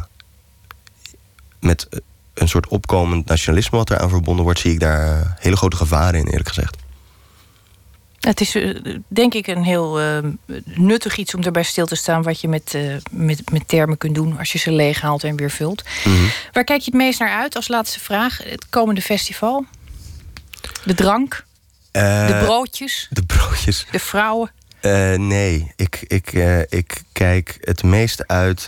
[SPEAKER 3] met een soort opkomend nationalisme wat eraan verbonden wordt, zie ik daar uh, hele grote gevaren in, eerlijk gezegd.
[SPEAKER 2] Het is denk ik een heel uh, nuttig iets om erbij stil te staan wat je met, uh, met, met termen kunt doen als je ze leeghaalt en weer vult. Mm-hmm. Waar kijk je het meest naar uit als laatste vraag? Het komende festival? De drank? Uh, de broodjes?
[SPEAKER 3] De broodjes.
[SPEAKER 2] De vrouwen?
[SPEAKER 3] Uh, nee, ik, ik, uh, ik kijk het meest uit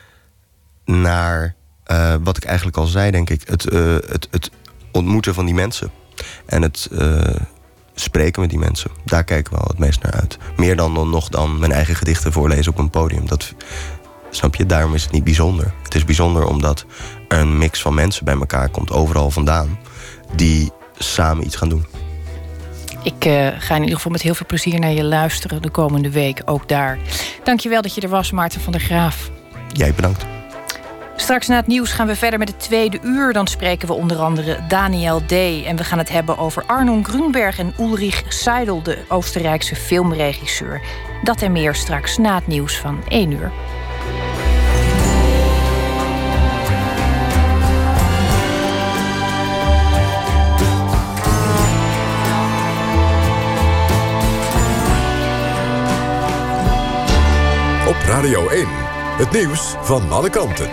[SPEAKER 3] naar uh, wat ik eigenlijk al zei, denk ik. Het, uh, het, het ontmoeten van die mensen. En het... Uh, spreken met die mensen. Daar kijken we wel het meest naar uit. Meer dan, dan nog dan mijn eigen gedichten voorlezen op een podium. Dat, snap je? Daarom is het niet bijzonder. Het is bijzonder omdat er een mix van mensen bij elkaar komt, overal vandaan, die samen iets gaan doen.
[SPEAKER 2] Ik uh, ga in ieder geval met heel veel plezier naar je luisteren de komende week, ook daar. Dankjewel dat je er was, Maarten van der Graaf.
[SPEAKER 3] Jij bedankt.
[SPEAKER 2] Straks na het nieuws gaan we verder met het tweede uur. Dan spreken we onder andere Daniel D. En we gaan het hebben over Arnon Grunberg en Ulrich Seidel, de Oostenrijkse filmregisseur. Dat en meer straks na het nieuws van één uur.
[SPEAKER 1] Op Radio één, het nieuws van alle kanten.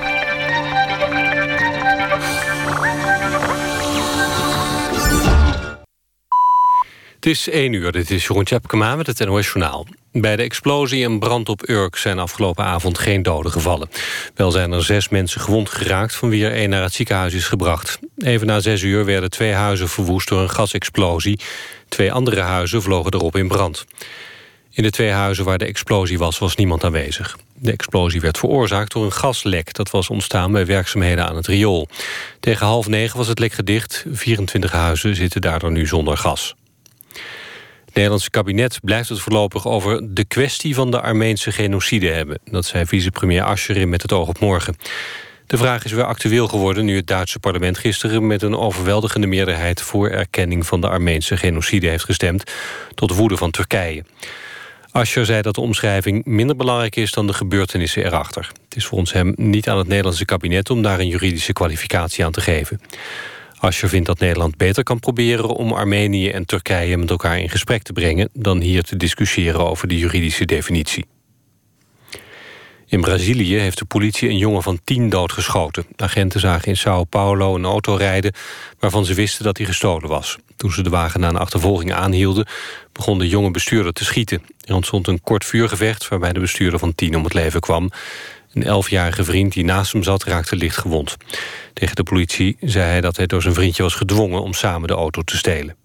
[SPEAKER 4] Het is één uur, dit is Jeroen Tjepkema met het N O S Journaal. Bij de explosie en brand op Urk zijn afgelopen avond geen doden gevallen. Wel zijn er zes mensen gewond geraakt, van wie er één naar het ziekenhuis is gebracht. Even na zes uur werden twee huizen verwoest door een gasexplosie. Twee andere huizen vlogen erop in brand. In de twee huizen waar de explosie was, was niemand aanwezig. De explosie werd veroorzaakt door een gaslek. Dat was ontstaan bij werkzaamheden aan het riool. Tegen half negen was het lek gedicht. vierentwintig huizen zitten daardoor nu zonder gas. Het Nederlandse kabinet blijft het voorlopig over de kwestie van de Armeense genocide hebben. Dat zei vicepremier Asscher in Met het oog op morgen. De vraag is weer actueel geworden nu het Duitse parlement gisteren met een overweldigende meerderheid voor erkenning van de Armeense genocide heeft gestemd, tot woede van Turkije. Asscher zei dat de omschrijving minder belangrijk is dan de gebeurtenissen erachter. Het is volgens hem niet aan het Nederlandse kabinet om daar een juridische kwalificatie aan te geven. Asscher vindt dat Nederland beter kan proberen om Armenië en Turkije met elkaar in gesprek te brengen dan hier te discussiëren over de juridische definitie. In Brazilië heeft de politie een jongen van tien doodgeschoten. Agenten zagen in Sao Paulo een auto rijden waarvan ze wisten dat hij gestolen was. Toen ze de wagen na een achtervolging aanhielden, begon de jonge bestuurder te schieten. Er ontstond een kort vuurgevecht waarbij de bestuurder van tien om het leven kwam. Een elfjarige vriend die naast hem zat raakte licht gewond. Tegen de politie zei hij dat hij door zijn vriendje was gedwongen om samen de auto te stelen.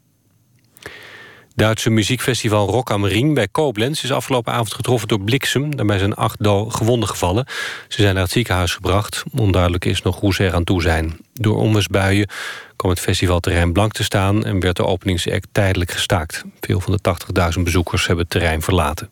[SPEAKER 4] Duitse muziekfestival Rock am Ring bij Koblenz is afgelopen avond getroffen door bliksem. Daarbij zijn acht gewonden gevallen. Ze zijn naar het ziekenhuis gebracht. Onduidelijk is nog hoe ze eraan toe zijn. Door onweersbuien kwam het festivalterrein blank te staan en werd de openingsact tijdelijk gestaakt. Veel van de tachtigduizend bezoekers hebben het terrein verlaten.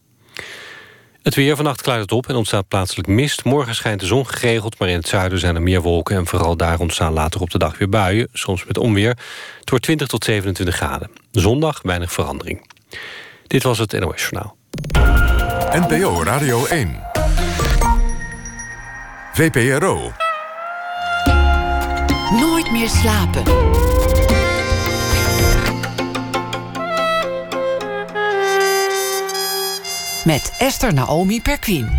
[SPEAKER 4] Het weer, vannacht klaart het op en ontstaat plaatselijk mist. Morgen schijnt de zon geregeld, maar in het zuiden zijn er meer wolken en vooral daar ontstaan later op de dag weer buien, soms met onweer. Het wordt twintig tot zevenentwintig graden. Zondag weinig verandering. Dit was het N O S Journaal.
[SPEAKER 1] N P O Radio één. V P R O.
[SPEAKER 5] Nooit meer slapen. Met Esther Naomi Perquin.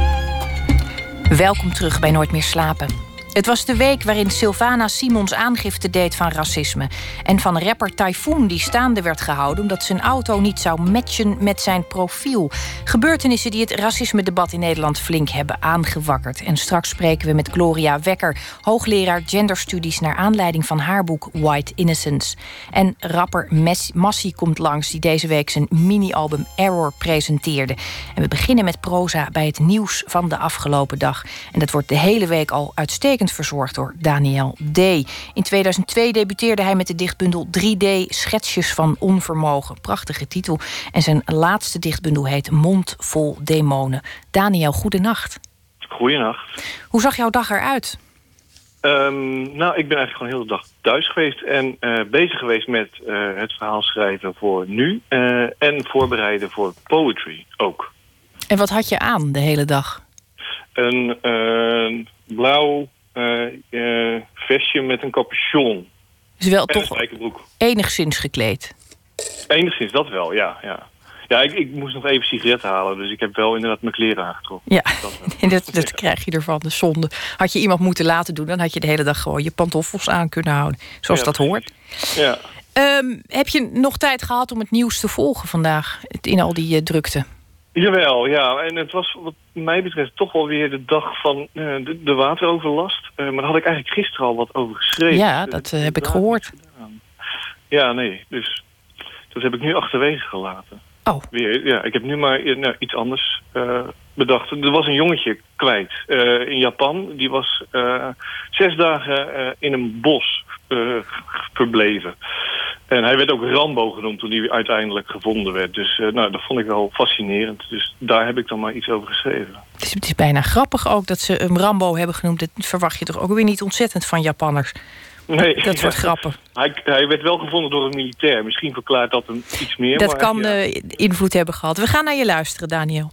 [SPEAKER 2] Welkom terug bij Nooit meer slapen. Het was de week waarin Sylvana Simons aangifte deed van racisme. En van rapper Typhoon die staande werd gehouden omdat zijn auto niet zou matchen met zijn profiel. Gebeurtenissen die het racisme-debat in Nederland flink hebben aangewakkerd. En straks spreken we met Gloria Wekker, hoogleraar genderstudies naar aanleiding van haar boek White Innocence. En rapper Massie komt langs die deze week zijn mini-album Error presenteerde. En we beginnen met proza bij het nieuws van de afgelopen dag. En dat wordt de hele week al uitstekend verzorgd door Daniel D. In tweeduizend twee debuteerde hij met de dichtbundel drie D Schetsjes van Onvermogen. Prachtige titel. En zijn laatste dichtbundel heet Mond vol demonen. Daniel, goedenacht.
[SPEAKER 6] Goedenacht.
[SPEAKER 2] Hoe zag jouw dag eruit?
[SPEAKER 6] Um, nou, ik ben eigenlijk gewoon heel de dag thuis geweest en uh, bezig geweest met uh, het verhaal schrijven voor nu uh, en voorbereiden voor poetry ook.
[SPEAKER 2] En wat had je aan de hele dag?
[SPEAKER 6] Een uh, blauw uh, uh, vestje met een capuchon.
[SPEAKER 2] Dus wel
[SPEAKER 6] en
[SPEAKER 2] toch
[SPEAKER 6] een spijkerbroek. Enigszins
[SPEAKER 2] gekleed?
[SPEAKER 6] Enigszins, dat wel, ja. ja. Ja, ik, ik moest nog even sigaretten halen, dus ik heb wel inderdaad mijn kleren aangetrokken.
[SPEAKER 2] Ja, dat, dat, dat krijg je ervan, de zonde. Had je iemand moeten laten doen, dan had je de hele dag gewoon je pantoffels aan kunnen houden. Zoals ja, dat precies. hoort.
[SPEAKER 6] Ja.
[SPEAKER 2] Um, heb je nog tijd gehad om het nieuws te volgen vandaag, in al die uh, drukte?
[SPEAKER 6] Jawel, ja. En het was wat mij betreft toch wel weer de dag van uh, de, de wateroverlast. Uh, maar daar had ik eigenlijk gisteren al wat over geschreven.
[SPEAKER 2] Ja, dat uh, heb ik gehoord.
[SPEAKER 6] Ja, nee. Dus dat heb ik nu achterwege gelaten.
[SPEAKER 2] Oh.
[SPEAKER 6] Weer, ja, ik heb nu maar nou, iets anders uh, bedacht. Er was een jongetje kwijt uh, in Japan. Die was uh, zes dagen uh, in een bos uh, verbleven. En hij werd ook Rambo genoemd toen hij uiteindelijk gevonden werd. Dus uh, nou, dat vond ik wel fascinerend. Dus daar heb ik dan maar iets over geschreven.
[SPEAKER 2] Het is, het is bijna grappig ook dat ze hem Rambo hebben genoemd. Dat verwacht je toch ook weer niet ontzettend van Japanners.
[SPEAKER 6] Nee,
[SPEAKER 2] dat soort grappen.
[SPEAKER 6] Hij, hij werd wel gevonden door een militair. Misschien verklaart dat hem iets meer.
[SPEAKER 2] Dat
[SPEAKER 6] maar,
[SPEAKER 2] kan
[SPEAKER 6] ja.
[SPEAKER 2] uh, invloed hebben gehad. We gaan naar je luisteren, Daniel.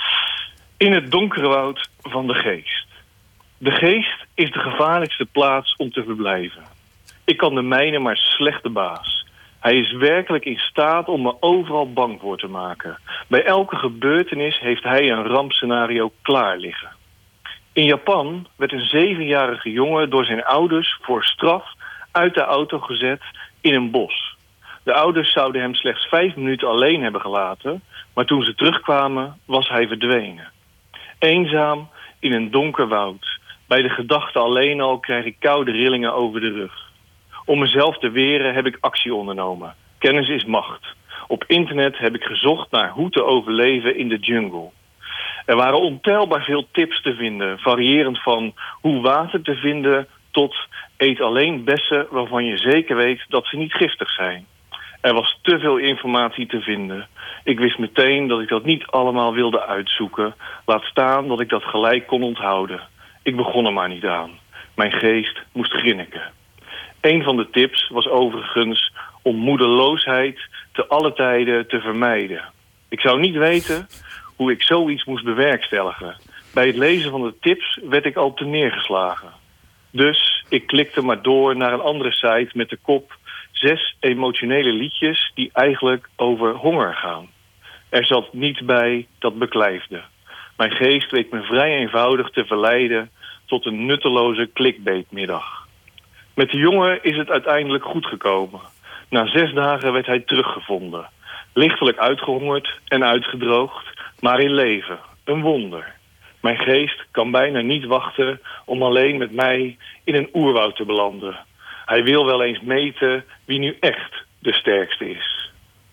[SPEAKER 6] In het donkere woud van de geest. De geest is de gevaarlijkste plaats om te verblijven. Ik kan de mijne maar slecht de baas. Hij is werkelijk in staat om me overal bang voor te maken. Bij elke gebeurtenis heeft hij een rampscenario klaar liggen. In Japan werd een zevenjarige jongen door zijn ouders voor straf uit de auto gezet in een bos. De ouders zouden hem slechts vijf minuten alleen hebben gelaten, maar toen ze terugkwamen was hij verdwenen. Eenzaam in een donker woud. Bij de gedachte alleen al krijg ik koude rillingen over de rug. Om mezelf te weren heb ik actie ondernomen. Kennis is macht. Op internet heb ik gezocht naar hoe te overleven in de jungle. Er waren ontelbaar veel tips te vinden, variërend van hoe water te vinden tot eet alleen bessen waarvan je zeker weet dat ze niet giftig zijn. Er was te veel informatie te vinden. Ik wist meteen dat ik dat niet allemaal wilde uitzoeken. Laat staan dat ik dat gelijk kon onthouden. Ik begon er maar niet aan. Mijn geest moest grinniken. Een van de tips was overigens om moedeloosheid te alle tijden te vermijden. Ik zou niet weten hoe ik zoiets moest bewerkstelligen. Bij het lezen van de tips werd ik al te neergeslagen. Dus ik klikte maar door naar een andere site met de kop zes emotionele liedjes die eigenlijk over honger gaan. Er zat niets bij dat beklijfde. Mijn geest weet me vrij eenvoudig te verleiden tot een nutteloze clickbaitmiddag. Met de jongen is het uiteindelijk goed gekomen. Na zes dagen werd hij teruggevonden. Lichtelijk uitgehongerd en uitgedroogd, maar in leven. Een wonder. Mijn geest kan bijna niet wachten om alleen met mij in een oerwoud te belanden. Hij wil wel eens meten wie nu echt de sterkste is.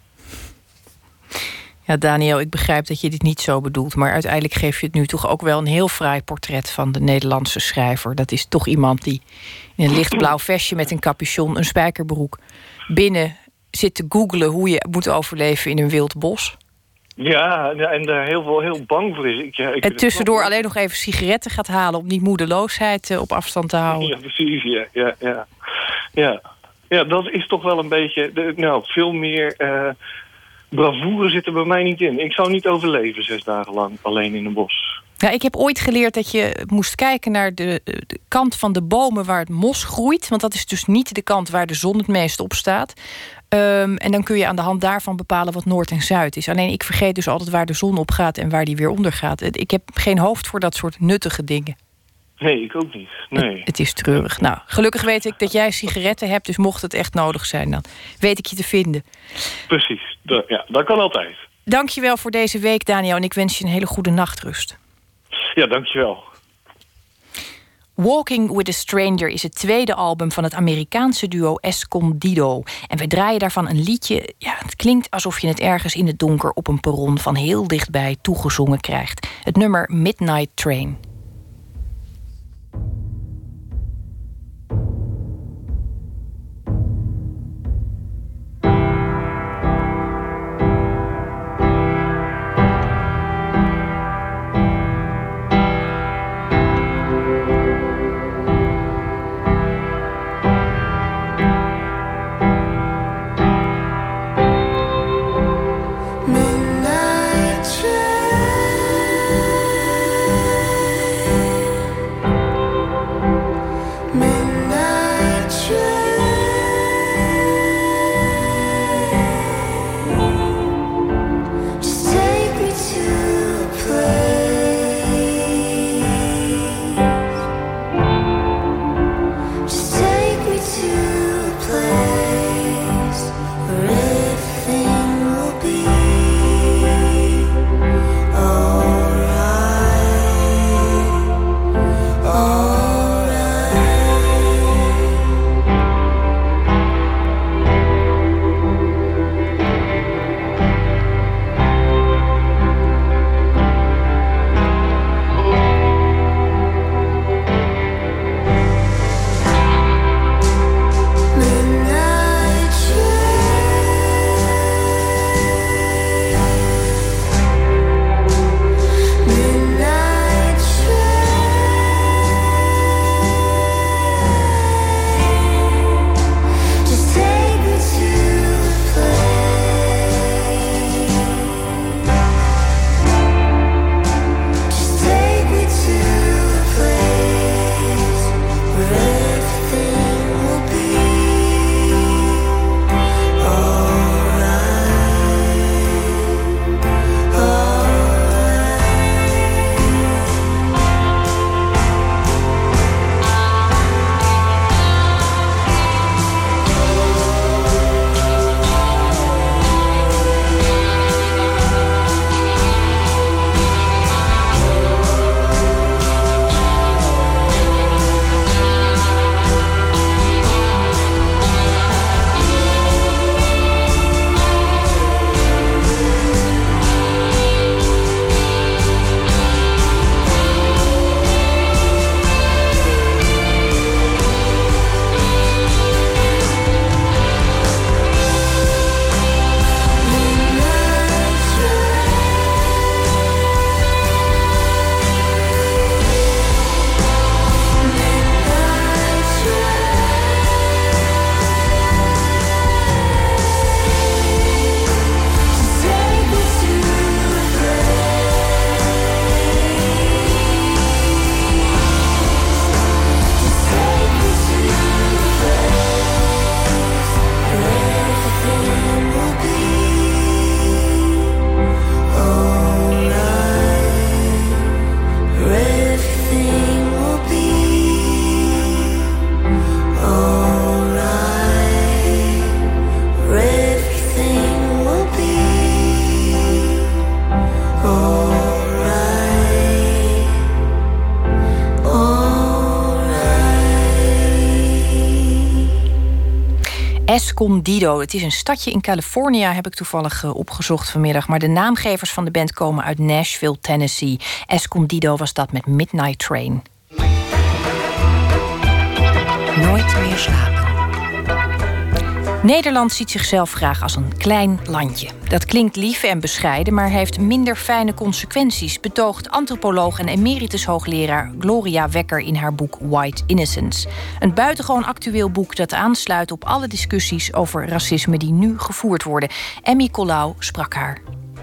[SPEAKER 2] Ja, Daniel, ik begrijp dat je dit niet zo bedoelt, maar uiteindelijk geef je het nu toch ook wel een heel fraai portret van de Nederlandse schrijver. Dat is toch iemand die in een lichtblauw vestje met een capuchon, een spijkerbroek, binnen zit te googlen hoe je moet overleven in een wild bos.
[SPEAKER 6] Ja, en daar heel veel heel bang voor is. Ik, ja, ik
[SPEAKER 2] en tussendoor alleen nog even sigaretten gaat halen om die moedeloosheid uh, op afstand te houden.
[SPEAKER 6] Ja, precies. Ja, ja, ja. Ja. ja dat is toch wel een beetje. De, nou, veel meer uh, bravoure zit er bij mij niet in. Ik zou niet overleven zes dagen lang alleen in een bos.
[SPEAKER 2] Ja, ik heb ooit geleerd dat je moest kijken naar de, de kant van de bomen waar het mos groeit. Want dat is dus niet de kant waar de zon het meest op staat. Um, en dan kun je aan de hand daarvan bepalen wat Noord en Zuid is. Alleen ik vergeet dus altijd waar de zon op gaat en waar die weer ondergaat. Ik heb geen hoofd voor dat soort nuttige dingen.
[SPEAKER 6] Nee, ik ook niet. Nee.
[SPEAKER 2] Het, het is treurig. Nou, gelukkig weet ik dat jij sigaretten hebt, dus mocht het echt nodig zijn, dan weet ik je te vinden.
[SPEAKER 6] Precies. Dat, ja, dat kan altijd.
[SPEAKER 2] Dank je wel voor deze week, Daniel. En ik wens je een hele goede nachtrust.
[SPEAKER 6] Ja, dank je wel.
[SPEAKER 2] Walking with a Stranger is het tweede album van het Amerikaanse duo Escondido. En wij draaien daarvan een liedje. Ja, het klinkt alsof je het ergens in het donker op een perron van heel dichtbij toegezongen krijgt. Het nummer Midnight Train.
[SPEAKER 7] Midnight train.
[SPEAKER 2] Escondido. Het is een stadje in Californië, heb ik toevallig uh, opgezocht vanmiddag. Maar de naamgevers van de band komen uit Nashville, Tennessee. Escondido was dat met Midnight Train.
[SPEAKER 5] Nooit meer slapen.
[SPEAKER 2] Nederland ziet zichzelf graag als een klein landje. Dat klinkt lief en bescheiden, maar heeft minder fijne consequenties, betoogt antropoloog en emeritus hoogleraar Gloria Wekker in haar boek White Innocence. Een buitengewoon actueel boek dat aansluit op alle discussies over racisme die nu gevoerd worden. Emmy Colau sprak haar.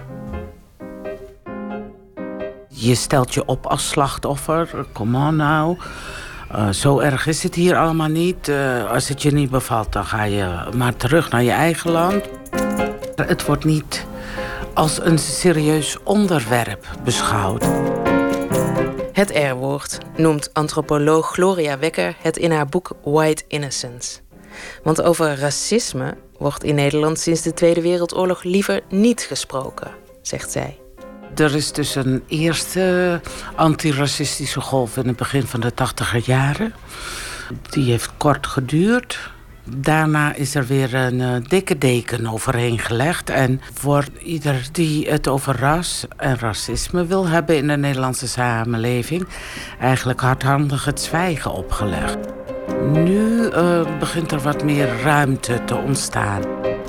[SPEAKER 7] Je stelt je op als slachtoffer. Come on nou. Uh, zo erg is het hier allemaal niet. Uh, als het je niet bevalt, dan ga je maar terug naar je eigen land. Het wordt niet als een serieus onderwerp beschouwd.
[SPEAKER 8] Het R-woord noemt antropoloog Gloria Wekker het in haar boek White Innocence. Want over racisme wordt in Nederland sinds de Tweede Wereldoorlog liever niet gesproken, zegt zij.
[SPEAKER 7] Er is dus een eerste antiracistische golf in het begin van de tachtiger jaren. Die heeft kort geduurd. Daarna is er weer een uh, dikke deken overheen gelegd. En voor ieder die het over ras en racisme wil hebben in de Nederlandse samenleving, eigenlijk hardhandig het zwijgen opgelegd. Nu uh, begint er wat meer ruimte te ontstaan.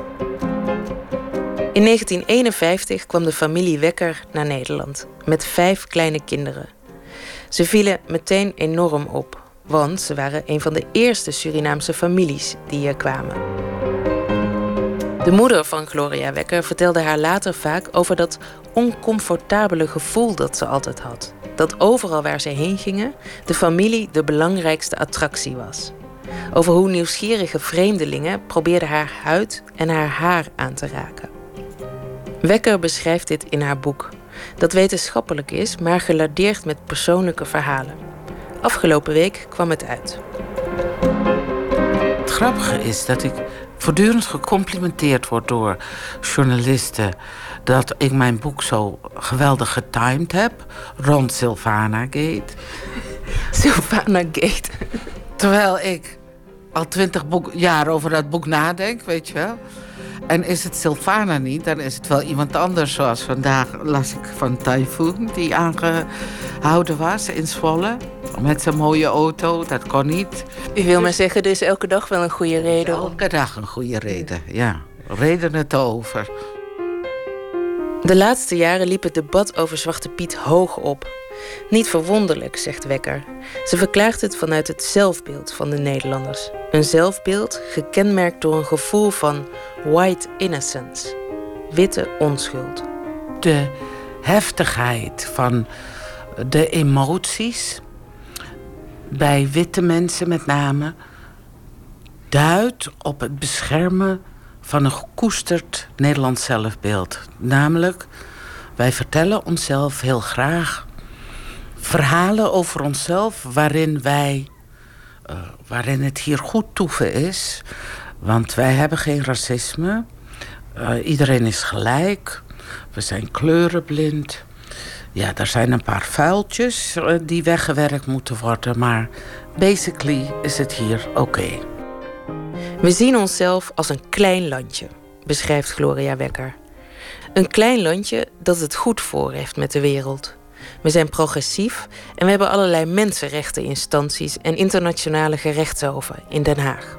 [SPEAKER 8] In negentien eenenvijftig kwam de familie Wekker naar Nederland met vijf kleine kinderen. Ze vielen meteen enorm op, want ze waren een van de eerste Surinaamse families die hier kwamen. De moeder van Gloria Wekker vertelde haar later vaak over dat oncomfortabele gevoel dat ze altijd had. Dat overal waar ze heen gingen, de familie de belangrijkste attractie was. Over hoe nieuwsgierige vreemdelingen probeerden haar huid en haar haar aan te raken. Wekker beschrijft dit in haar boek, dat wetenschappelijk is, maar geladeerd met persoonlijke verhalen. Afgelopen week kwam het uit.
[SPEAKER 7] Het grappige is dat ik voortdurend gecomplimenteerd word door journalisten dat ik mijn boek zo geweldig getimed heb rond Sylvana Gate.
[SPEAKER 8] Sylvana Gate.
[SPEAKER 7] Terwijl ik al twintig jaar over dat boek nadenk, weet je wel. En is het Sylvana niet, dan is het wel iemand anders. Zoals vandaag las ik van Typhoon, die aangehouden was in Zwolle. Met zijn mooie auto, dat kon niet.
[SPEAKER 8] U wil maar zeggen, er is elke dag wel een goede reden.
[SPEAKER 7] Elke dag een goede reden, ja. Redenen te over.
[SPEAKER 8] De laatste jaren liep het debat over Zwarte Piet hoog op. Niet verwonderlijk, zegt Wekker. Ze verklaart het vanuit het zelfbeeld van de Nederlanders. Een zelfbeeld gekenmerkt door een gevoel van white innocence. Witte onschuld.
[SPEAKER 7] De heftigheid van de emoties, bij witte mensen met name, duidt op het beschermen van een gekoesterd Nederlands zelfbeeld. Namelijk, wij vertellen onszelf heel graag verhalen over onszelf waarin wij, uh, waarin het hier goed toeven is. Want wij hebben geen racisme. Uh, iedereen is gelijk. We zijn kleurenblind. Ja, er zijn een paar vuiltjes uh, die weggewerkt moeten worden. Maar basically is het hier oké. Okay.
[SPEAKER 8] We zien onszelf als een klein landje, beschrijft Gloria Wekker. Een klein landje dat het goed voor heeft met de wereld. We zijn progressief en we hebben allerlei mensenrechteninstanties en internationale gerechtshoven in Den Haag.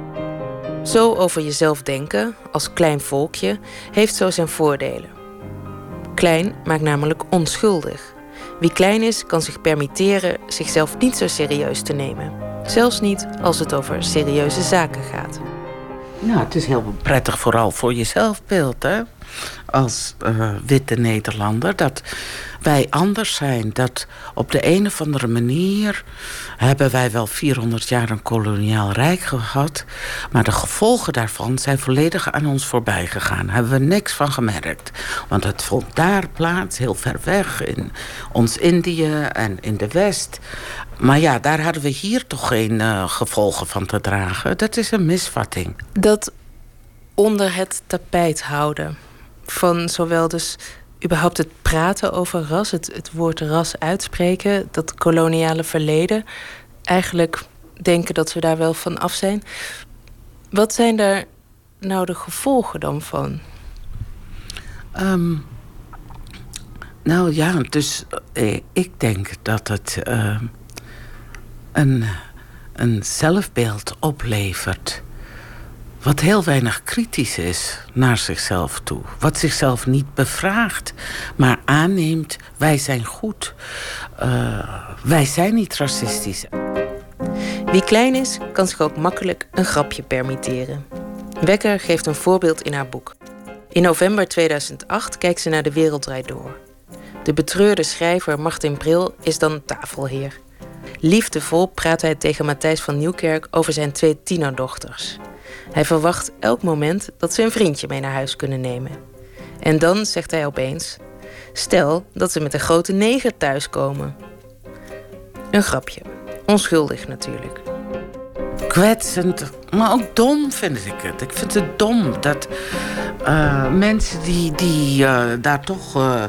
[SPEAKER 8] Zo over jezelf denken, als klein volkje, heeft zo zijn voordelen. Klein maakt namelijk onschuldig. Wie klein is, kan zich permitteren zichzelf niet zo serieus te nemen. Zelfs niet als het over serieuze zaken gaat.
[SPEAKER 7] Nou, het is heel prettig vooral voor je zelfbeeld, hè? Als uh, witte Nederlander, dat wij anders zijn. Dat op de een of andere manier hebben wij wel vierhonderd jaar een koloniaal rijk gehad, maar de gevolgen daarvan zijn volledig aan ons voorbij gegaan. Daar hebben we niks van gemerkt. Want het vond daar plaats, heel ver weg, in ons Indië en in de West. Maar ja, daar hadden we hier toch geen uh, gevolgen van te dragen. Dat is een misvatting.
[SPEAKER 8] Dat onder het tapijt houden van zowel dus überhaupt het praten over ras, het, het woord ras uitspreken, dat koloniale verleden, eigenlijk denken dat we daar wel van af zijn. Wat zijn daar nou de gevolgen dan van?
[SPEAKER 7] Um, nou ja, dus eh, ik denk dat het uh, een, een zelfbeeld oplevert wat heel weinig kritisch is naar zichzelf toe. Wat zichzelf niet bevraagt, maar aanneemt, wij zijn goed. Uh, wij zijn niet racistisch.
[SPEAKER 8] Wie klein is, kan zich ook makkelijk een grapje permitteren. Wekker geeft een voorbeeld in haar boek. In november tweeduizend acht kijkt ze naar De Wereld Draait Door. De betreurde schrijver Martin Bril is dan tafelheer. Liefdevol praat hij tegen Matthijs van Nieuwkerk over zijn twee tienerdochters. Hij verwacht elk moment dat ze een vriendje mee naar huis kunnen nemen. En dan zegt hij opeens: stel dat ze met een grote neger thuiskomen. Een grapje. Onschuldig natuurlijk.
[SPEAKER 7] Kwetsend, maar ook dom vind ik het. Ik vind het dom dat uh, mensen die, die uh, daar toch uh,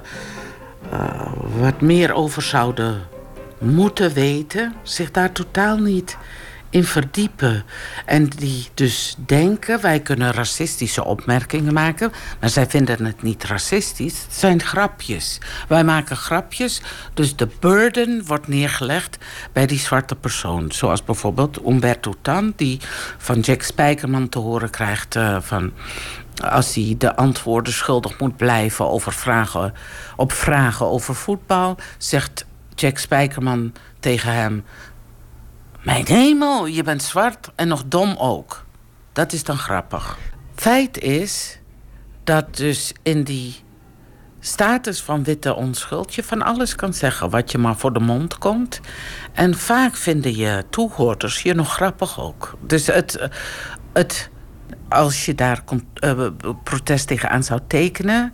[SPEAKER 7] uh, wat meer over zouden moeten weten, zich daar totaal niet in verdiepen. En die dus denken, wij kunnen racistische opmerkingen maken, maar zij vinden het niet racistisch. Het zijn grapjes. Wij maken grapjes, dus de burden wordt neergelegd bij die zwarte persoon. Zoals bijvoorbeeld Umberto Tan, die van Jack Spijkerman te horen krijgt uh, van als hij de antwoorden schuldig moet blijven over vragen, op vragen over voetbal, zegt Jack Spijkerman tegen hem: mijn hemel, je bent zwart en nog dom ook. Dat is dan grappig. Feit is dat dus in die status van witte onschuld je van alles kan zeggen wat je maar voor de mond komt. En vaak vinden je toehoorders je nog grappig ook. Dus het, het, als je daar uh, protest tegenaan zou tekenen,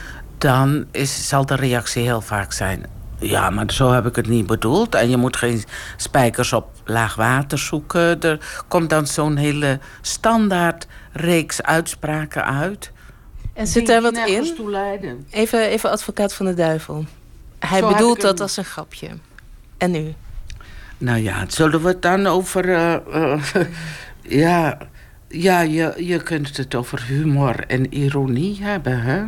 [SPEAKER 7] dan is, zal de reactie heel vaak zijn: ja, maar zo heb ik het niet bedoeld. En je moet geen spijkers op laag water zoeken. Er komt dan zo'n hele standaard reeks uitspraken uit.
[SPEAKER 8] En zit daar wat in? Even, even advocaat van de duivel. Hij zo bedoelt dat als een grapje. En nu?
[SPEAKER 7] Nou ja, zullen we het dan over Uh, uh, ja, ja je, je kunt het over humor en ironie hebben, hè?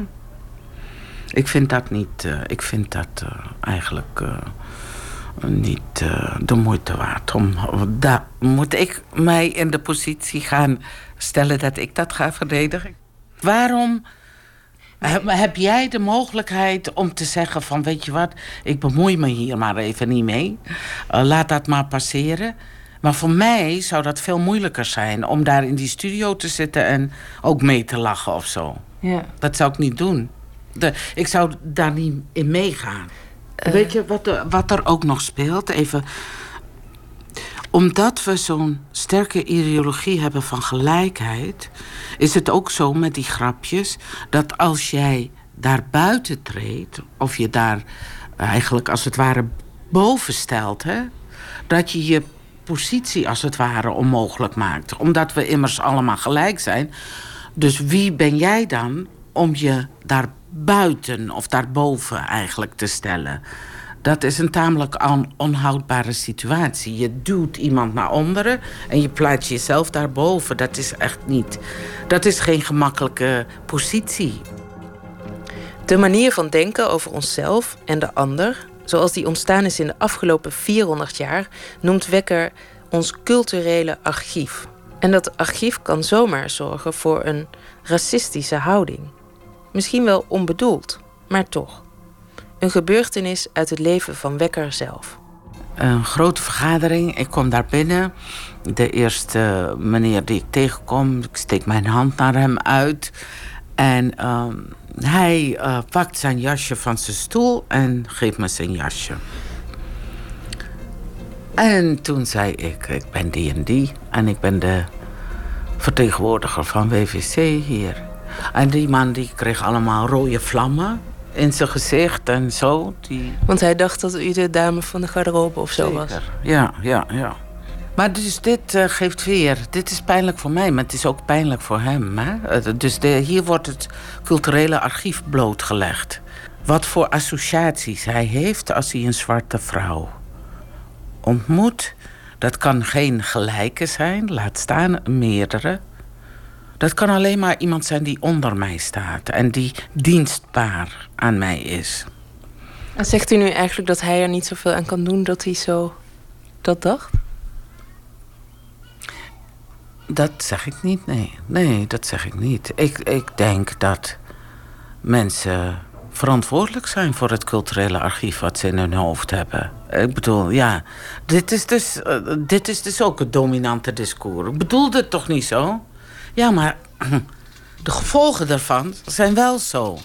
[SPEAKER 7] Ik vind dat niet, uh, ik vind dat uh, eigenlijk uh, niet uh, de moeite waard. Om, daar moet ik mij in de positie gaan stellen dat ik dat ga verdedigen. Waarom heb, heb jij de mogelijkheid om te zeggen van, weet je wat, ik bemoei me hier maar even niet mee. Uh, laat dat maar passeren. Maar voor mij zou dat veel moeilijker zijn om daar in die studio te zitten en ook mee te lachen of zo. Ja. Dat zou ik niet doen. De, ik zou daar niet in meegaan. Uh. Weet je wat, de, wat er ook nog speelt? Even. Omdat we zo'n sterke ideologie hebben van gelijkheid, is het ook zo met die grapjes dat als jij daar buiten treedt, of je daar eigenlijk als het ware boven stelt, hè, dat je je positie als het ware onmogelijk maakt. Omdat we immers allemaal gelijk zijn. Dus wie ben jij dan om je daar buiten of daarboven eigenlijk te stellen? Dat is een tamelijk on- onhoudbare situatie. Je duwt iemand naar onderen en je plaatst jezelf daarboven. Dat is echt niet. Dat is geen gemakkelijke positie.
[SPEAKER 8] De manier van denken over onszelf en de ander, zoals die ontstaan is in de afgelopen vierhonderd jaar, noemt Wekker ons culturele archief. En dat archief kan zomaar zorgen voor een racistische houding. Misschien wel onbedoeld, maar toch. Een gebeurtenis uit het leven van Wekker zelf.
[SPEAKER 7] Een grote vergadering, ik kom daar binnen. De eerste meneer die ik tegenkom, ik steek mijn hand naar hem uit. En uh, hij uh, pakt zijn jasje van zijn stoel en geeft me zijn jasje. En toen zei ik, ik ben die en die. En ik ben de vertegenwoordiger van W V C hier. En die man die kreeg allemaal rode vlammen in zijn gezicht en zo. Die...
[SPEAKER 8] Want hij dacht dat u de dame van de garderobe of zo was.
[SPEAKER 7] Ja, ja, ja. Maar dus dit uh, geeft weer... Dit is pijnlijk voor mij, maar het is ook pijnlijk voor hem. Hè? Dus de, hier wordt het culturele archief blootgelegd. Wat voor associaties hij heeft als hij een zwarte vrouw ontmoet. Dat kan geen gelijke zijn, laat staan meerdere. Dat kan alleen maar iemand zijn die onder mij staat en die dienstbaar aan mij is.
[SPEAKER 8] En zegt u nu eigenlijk dat hij er niet zoveel aan kan doen dat hij zo dat dacht?
[SPEAKER 7] Dat zeg ik niet, nee. Nee, dat zeg ik niet. Ik, ik denk dat mensen verantwoordelijk zijn voor het culturele archief wat ze in hun hoofd hebben. Ik bedoel, ja, dit is dus, uh, dit is dus ook het dominante discours. Ik bedoelde het toch niet zo? Ja, maar de gevolgen daarvan zijn wel zo.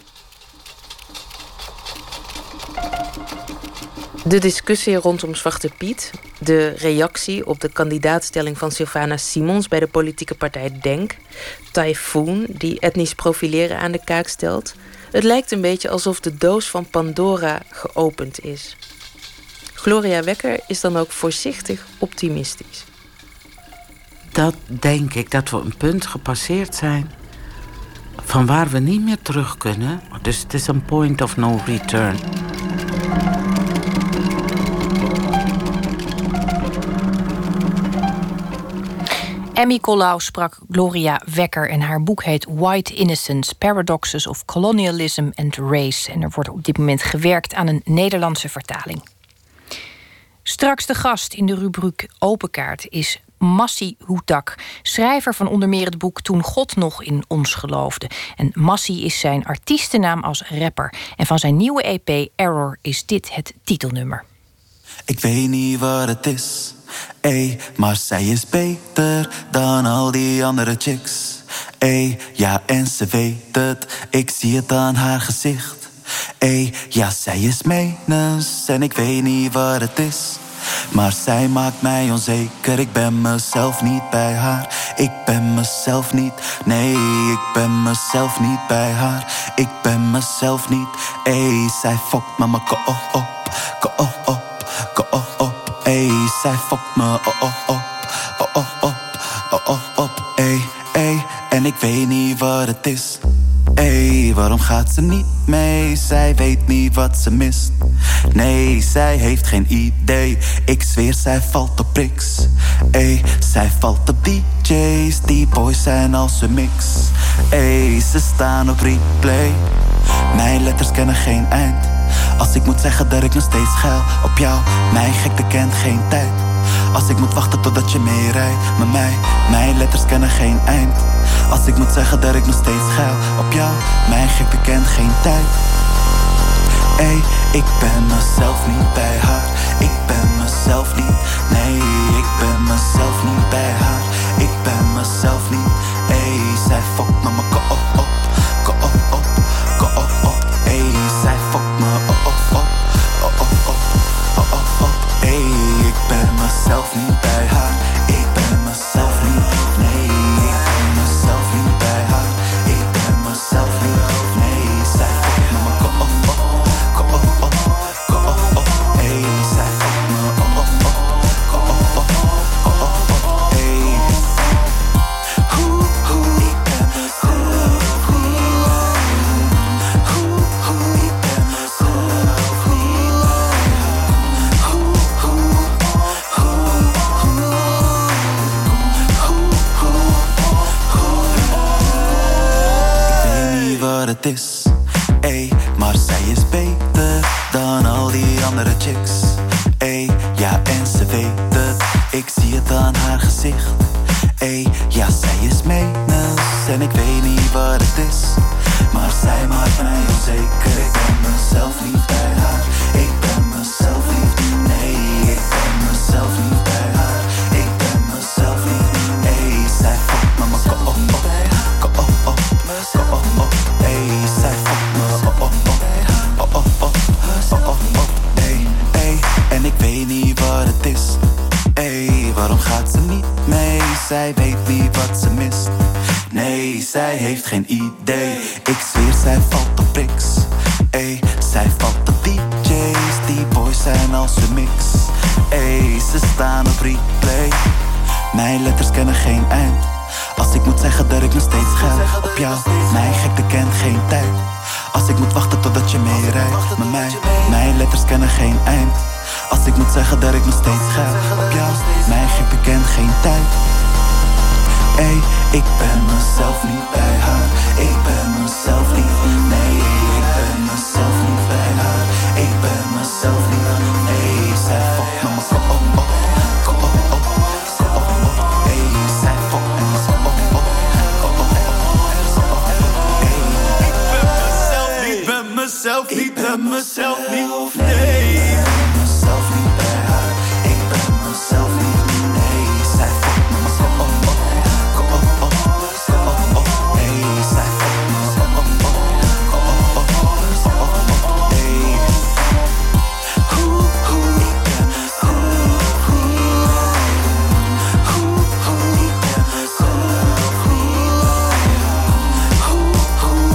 [SPEAKER 8] De discussie rondom Zwarte Piet, de reactie op de kandidaatstelling van Sylvana Simons bij de politieke partij Denk, Typhoon, die etnisch profileren aan de kaak stelt. Het lijkt een beetje alsof de doos van Pandora geopend is. Gloria Wekker is dan ook voorzichtig optimistisch.
[SPEAKER 7] Dat denk ik, dat we een punt gepasseerd zijn van waar we niet meer terug kunnen. Dus het is een point of no return.
[SPEAKER 2] Emmy Colau sprak Gloria Wekker en haar boek heet White Innocence: Paradoxes of Colonialism and Race. En er wordt op dit moment gewerkt aan een Nederlandse vertaling. Straks de gast in de rubriek Open Kaart is Massi Houtak, schrijver van onder meer het boek Toen God nog in ons geloofde. En Massi is zijn artiestennaam als rapper. En van zijn nieuwe E P Error is dit het titelnummer.
[SPEAKER 9] Ik weet niet wat het is, ey, maar zij is beter dan al die andere chicks. Ey, ja, en ze weet het, ik zie het aan haar gezicht. Ey, ja, zij is menens en ik weet niet wat het is. Maar zij maakt mij onzeker, ik ben mezelf niet bij haar. Ik ben mezelf niet, nee, ik ben mezelf niet bij haar. Ik ben mezelf niet, ey, zij fokt me maar ko op, ko op, ko op, ey, zij fokt me op, op, op, op, op, op, ey, ey, en ik weet niet wat het is. Ey, waarom gaat ze niet mee? Zij weet niet wat ze mist. Nee, zij heeft geen idee. Ik zweer, zij valt op priks. Ey, zij valt op D J's. Die boys zijn als een mix. Ey, ze staan op replay. Mijn letters kennen geen eind. Als ik moet zeggen dat ik nog steeds geil op jou. Mijn gekte kent geen tijd. Als ik moet wachten totdat je meerijdt met mij. Mijn letters kennen geen eind. Als ik moet zeggen dat ik nog steeds geil op jou. Mijn gekte kent geen tijd. Ey, ik ben mezelf niet bij haar. Ik ben mezelf niet. Nee, ik ben mezelf niet bij haar. Ik ben mezelf niet. Ey, zij fokt me maar ko op, op, ko op, op, ko op, op. Ey, zij fokt me op, op, op, op, op, op, op, op. Ey, ik ben mezelf niet bij haar. Ik ben mezelf niet. Nee, ik ben mezelf niet bij haar. Ik ben mezelf niet. Nee, zij fokt me maar ko op, op, ko op, op, ko op, op. Ey, zij fokt me op, op, op, ko op, op, ko op, op. Ey, hoe, hoe, ik ben mezelf niet. Hoe, hoe, ik ben mezelf niet. Hoe, hoe, hoe, ik weet niet wat het is, ey, maar zij is beter dan al die andere chicks. Ey, ja, en ze weet het, ik zie het aan haar gezicht. Ey, ja, zij is menens en ik weet niet wat het is. Maar zij maakt mij onzeker, ik ben mezelf niet bij haar. Ik ben mezelf niet, nee, ik ben mezelf niet bij haar. Ik ben mezelf niet, ey, zij fokt me maar ko op, op, ko op, op, ko op, op. Ey, zij fokt me op, op, op, op, op, op, op, op, op. Ey, ey, en ik weet niet wat het is. Ey, waarom gaat ze niet mee? Zij weet niet wat ze mist. Nee, zij heeft geen idee. Ik zweer, zij valt op priks. Ey, zij valt op D J's. Die boys zijn als een mix. Ey, ze staan op replay. Mijn letters kennen geen eind. Als ik moet zeggen dat ik nog steeds geil op jou. Mijn gekte kent geen tijd. Als ik moet wachten totdat je meerijdt met mij. Mijn letters kennen geen eind. Als ik moet zeggen dat ik nog steeds geil op jou. Mijn gekte kent geen tijd. Ey, Ik ben mezelf niet bij haar. Ik ben mezelf niet. Nee, ik ben mezelf niet bij haar. Ik ben mezelf niet. Nee, zij fokt met me kop op op. Kop op op. Kop op op. Hey, zij fokt met me kop op op. Kop op op. Kop op op. Hey, ik ben mezelf niet. Ben mezelf niet. Ben mezelf niet. Nee, ik ben mezelf niet bij haar. Ik ben mezelf niet. Nee, zij fokt met me kop op op. Kop op op. Kop op op. Hey, zij fokt met me kop op op. Kop op op. Kop op op. Hey, hoe hoe ik ben mezelf. Hoe hoe ik ben mezelf. Hoe hoe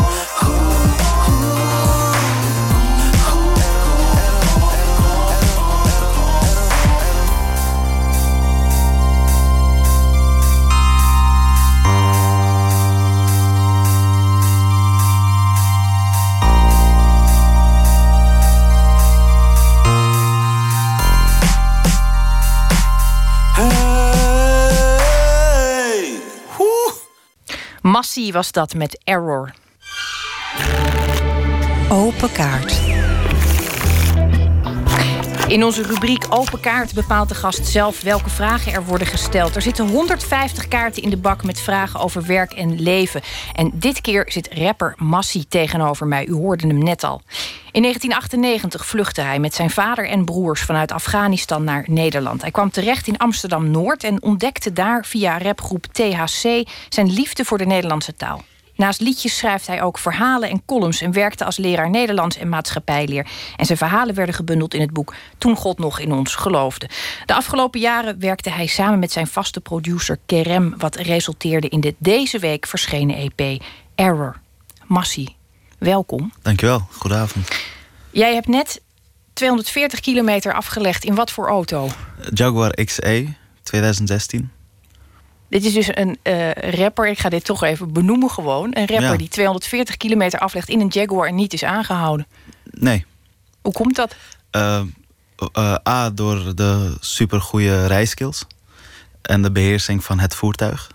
[SPEAKER 2] Massie was dat met Error.
[SPEAKER 5] Open kaart.
[SPEAKER 2] In onze rubriek Open Kaart bepaalt de gast zelf welke vragen er worden gesteld. Er zitten honderdvijftig kaarten in de bak met vragen over werk en leven. En dit keer zit rapper Massie tegenover mij. U hoorde hem net al. In negentien achtennegentig vluchtte hij met zijn vader en broers vanuit Afghanistan naar Nederland. Hij kwam terecht in Amsterdam-Noord en ontdekte daar via rapgroep T H C zijn liefde voor de Nederlandse taal. Naast liedjes schrijft hij ook verhalen en columns en werkte als leraar Nederlands en maatschappijleer. En zijn verhalen werden gebundeld in het boek Toen God nog in ons geloofde. De afgelopen jaren werkte hij samen met zijn vaste producer Kerem, wat resulteerde in de deze week verschenen E P Error. Massie, welkom.
[SPEAKER 10] Dankjewel, goedenavond.
[SPEAKER 2] Jij hebt net tweehonderdveertig kilometer afgelegd. In wat voor auto?
[SPEAKER 10] Jaguar X E, twintig zestien.
[SPEAKER 2] Dit is dus een uh, rapper, ik ga dit toch even benoemen gewoon. Een rapper ja. die tweehonderdveertig kilometer aflegt in een Jaguar en niet is aangehouden.
[SPEAKER 10] Nee.
[SPEAKER 2] Hoe komt dat?
[SPEAKER 10] Uh, uh, A, door de supergoeie rijskills. En de beheersing van het voertuig.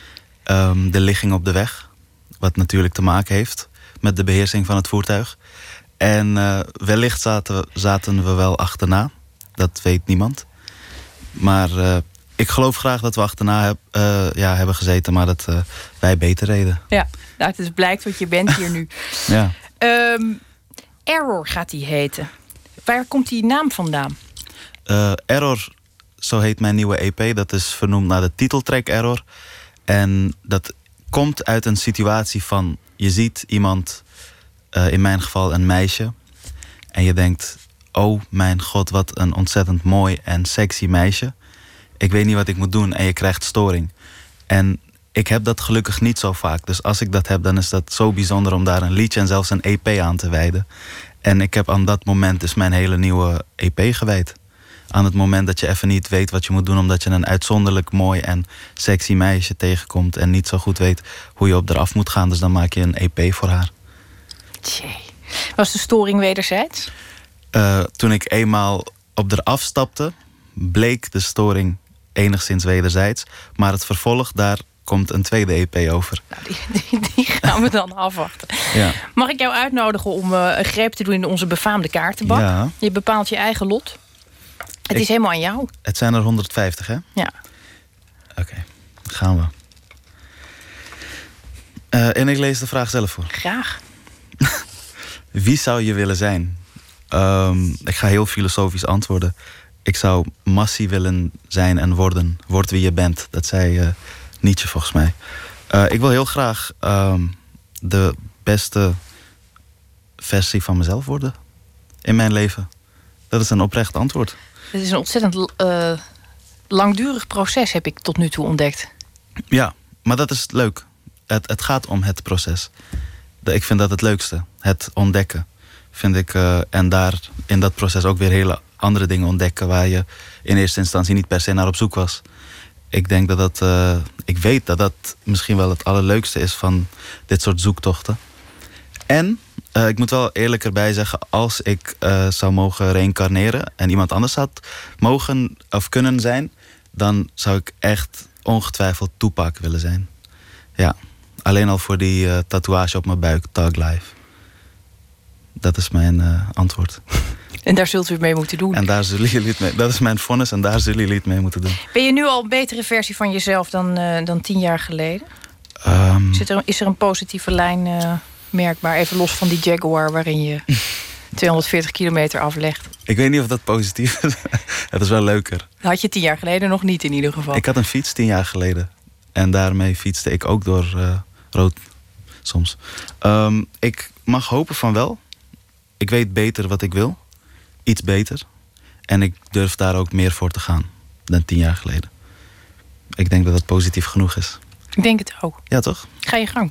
[SPEAKER 10] Um, de ligging op de weg. Wat natuurlijk te maken heeft met de beheersing van het voertuig. En uh, wellicht zaten, zaten we wel achterna. Dat weet niemand. Maar uh, ik geloof graag dat we achterna heb, uh, ja, hebben gezeten, maar dat uh, wij beter reden.
[SPEAKER 2] Ja, nou, het is blijkt wat je bent hier nu.
[SPEAKER 10] Ja.
[SPEAKER 2] Um, Error gaat die heten. Waar komt die naam vandaan?
[SPEAKER 10] Uh, Error, zo heet mijn nieuwe E P. Dat is vernoemd naar de titeltrack Error. En dat komt uit een situatie van... je ziet iemand, uh, in mijn geval een meisje... en je denkt... oh mijn god, wat een ontzettend mooi en sexy meisje. Ik weet niet wat ik moet doen en je krijgt storing. En ik heb dat gelukkig niet zo vaak. Dus als ik dat heb, dan is dat zo bijzonder om daar een liedje en zelfs een E P aan te wijden. En ik heb aan dat moment dus mijn hele nieuwe E P gewijd. Aan het moment dat je even niet weet wat je moet doen... omdat je een uitzonderlijk mooi en sexy meisje tegenkomt... en niet zo goed weet hoe je op eraf moet gaan. Dus dan maak je een E P voor haar.
[SPEAKER 2] Tjee. Was de storing wederzijds?
[SPEAKER 10] Uh, toen ik eenmaal op eraf stapte... bleek de storing enigszins wederzijds. Maar het vervolg, daar komt een tweede E P over.
[SPEAKER 2] Nou, die, die, die gaan we dan afwachten.
[SPEAKER 10] Ja.
[SPEAKER 2] Mag ik jou uitnodigen om uh, een greep te doen in onze befaamde kaartenbak?
[SPEAKER 10] Ja.
[SPEAKER 2] Je bepaalt je eigen lot. Het
[SPEAKER 10] ik,
[SPEAKER 2] is helemaal aan jou.
[SPEAKER 10] Het zijn er honderdvijftig, hè?
[SPEAKER 2] Ja.
[SPEAKER 10] Oké, okay, gaan we. Uh, en ik lees de vraag zelf voor.
[SPEAKER 2] Graag.
[SPEAKER 10] Wie zou je willen zijn? Um, ik ga heel filosofisch antwoorden. Ik zou Massie willen zijn en worden. Word wie je bent. Dat zei uh, Nietzsche volgens mij. Uh, ik wil heel graag um, de beste versie van mezelf worden. In mijn leven. Dat is een oprecht antwoord.
[SPEAKER 2] Het is een ontzettend uh, langdurig proces, heb ik tot nu toe ontdekt.
[SPEAKER 10] Ja, maar dat is leuk. Het, het gaat om het proces. De, ik vind dat het leukste. Het ontdekken. Vind ik, uh, en daar in dat proces ook weer hele andere dingen ontdekken... waar je in eerste instantie niet per se naar op zoek was. Ik denk dat dat... Uh, ik weet dat dat misschien wel het allerleukste is van dit soort zoektochten. En... Uh, ik moet wel eerlijk erbij zeggen, als ik uh, zou mogen reïncarneren... en iemand anders had mogen of kunnen zijn... dan zou ik echt ongetwijfeld Tupac willen zijn. Ja, alleen al voor die uh, tatoeage op mijn buik, Thug Life. Dat is mijn uh, antwoord.
[SPEAKER 2] En daar zult u het mee moeten doen.
[SPEAKER 10] En daar zullen jullie het mee. Dat is mijn vonnis en daar zullen jullie het mee moeten doen.
[SPEAKER 2] Ben je nu al een betere versie van jezelf dan, uh, dan tien jaar geleden?
[SPEAKER 10] Um,
[SPEAKER 2] Zit er, is er een positieve lijn uh, merkbaar? Even los van die Jaguar waarin je tweehonderdveertig kilometer aflegt.
[SPEAKER 10] Ik weet niet of dat positief is. Het is wel leuker.
[SPEAKER 2] Dat had je tien jaar geleden nog niet in ieder geval.
[SPEAKER 10] Ik had een fiets tien jaar geleden. En daarmee fietste ik ook door uh, rood soms. Um, ik mag hopen van wel. Ik weet beter wat ik wil. Iets beter. En ik durf daar ook meer voor te gaan dan tien jaar geleden. Ik denk dat dat positief genoeg is.
[SPEAKER 2] Ik denk het ook.
[SPEAKER 10] Ja, toch?
[SPEAKER 2] Ga je gang.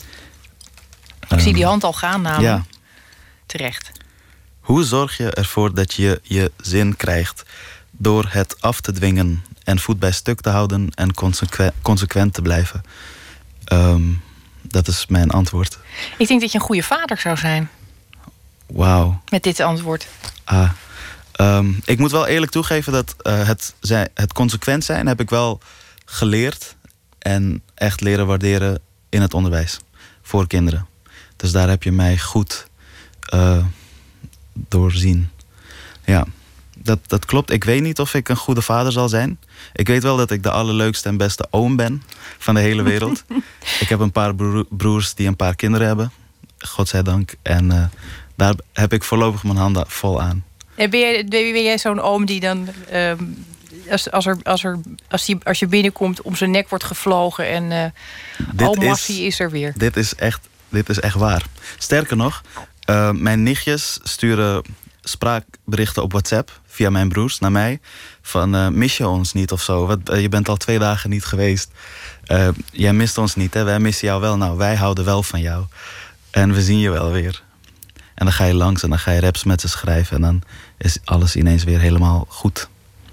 [SPEAKER 2] Ik
[SPEAKER 10] um,
[SPEAKER 2] zie die hand al gaan namelijk.
[SPEAKER 10] Ja.
[SPEAKER 2] Terecht.
[SPEAKER 10] Hoe zorg je ervoor dat je je zin krijgt door het af te dwingen en voet bij stuk te houden en consequent, consequent te blijven? Um, dat is mijn antwoord.
[SPEAKER 2] Ik denk dat je een goede vader zou zijn.
[SPEAKER 10] Wauw.
[SPEAKER 2] Met dit antwoord.
[SPEAKER 10] Ah, um, ik moet wel eerlijk toegeven dat uh, het, het consequent zijn heb ik wel geleerd en echt leren waarderen in het onderwijs voor kinderen. Dus daar heb je mij goed uh, doorzien. Ja, dat, dat klopt. Ik weet niet of ik een goede vader zal zijn. Ik weet wel dat ik de allerleukste en beste oom ben van de hele wereld. Ik heb een paar broer, broers die een paar kinderen hebben. Godzijdank. En uh, daar heb ik voorlopig mijn handen vol aan.
[SPEAKER 2] En ben jij, ben jij zo'n oom die dan... Uh, als, als, er, als, er, als, die, als je binnenkomt om zijn nek wordt gevlogen... en uh, oh, Massie is, is er weer.
[SPEAKER 10] Dit is echt, dit is echt waar. Sterker nog, uh, mijn nichtjes sturen spraakberichten op WhatsApp... via mijn broers naar mij. Van, uh, mis je ons niet of zo? Wat, uh, je bent al twee dagen niet geweest. Uh, jij mist ons niet, hè? Wij missen jou wel. Nou, wij houden wel van jou. En we zien je wel weer. En dan ga je langs en dan ga je raps met ze schrijven... en dan is alles ineens weer helemaal goed.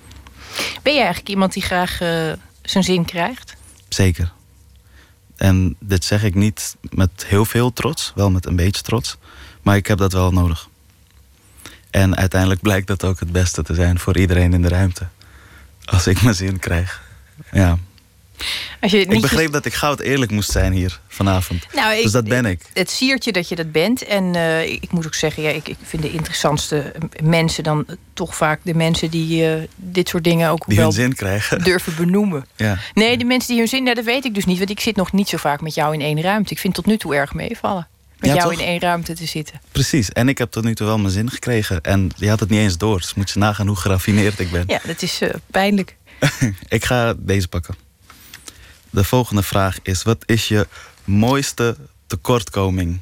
[SPEAKER 2] Ben jij eigenlijk iemand die graag uh, zijn zin krijgt?
[SPEAKER 10] Zeker. En dit zeg ik niet met heel veel trots. Wel met een beetje trots. Maar ik heb dat wel nodig. En uiteindelijk blijkt dat ook het beste te zijn voor iedereen in de ruimte. Als ik mijn zin krijg. Ja.
[SPEAKER 2] Als je
[SPEAKER 10] ik begreep dat ik goud eerlijk moest zijn hier vanavond. Nou, dus ik, dat ben ik.
[SPEAKER 2] Het siert je dat je dat bent. En uh, ik moet ook zeggen, ja, ik, ik vind de interessantste mensen dan toch vaak de mensen die uh, dit soort dingen ook
[SPEAKER 10] die
[SPEAKER 2] wel
[SPEAKER 10] hun zin krijgen.
[SPEAKER 2] Durven benoemen.
[SPEAKER 10] Ja.
[SPEAKER 2] Nee, de mensen die hun zin, nou, dat weet ik dus niet. Want ik zit nog niet zo vaak met jou in één ruimte. Ik vind het tot nu toe erg meevallen. Met
[SPEAKER 10] ja,
[SPEAKER 2] jou
[SPEAKER 10] toch?
[SPEAKER 2] in één ruimte te zitten.
[SPEAKER 10] Precies. En ik heb tot nu toe wel mijn zin gekregen. En je had het niet eens door. Dus moet je nagaan hoe geraffineerd ik ben.
[SPEAKER 2] Ja, dat is uh, pijnlijk.
[SPEAKER 10] Ik ga deze pakken. De volgende vraag is... wat is je mooiste tekortkoming?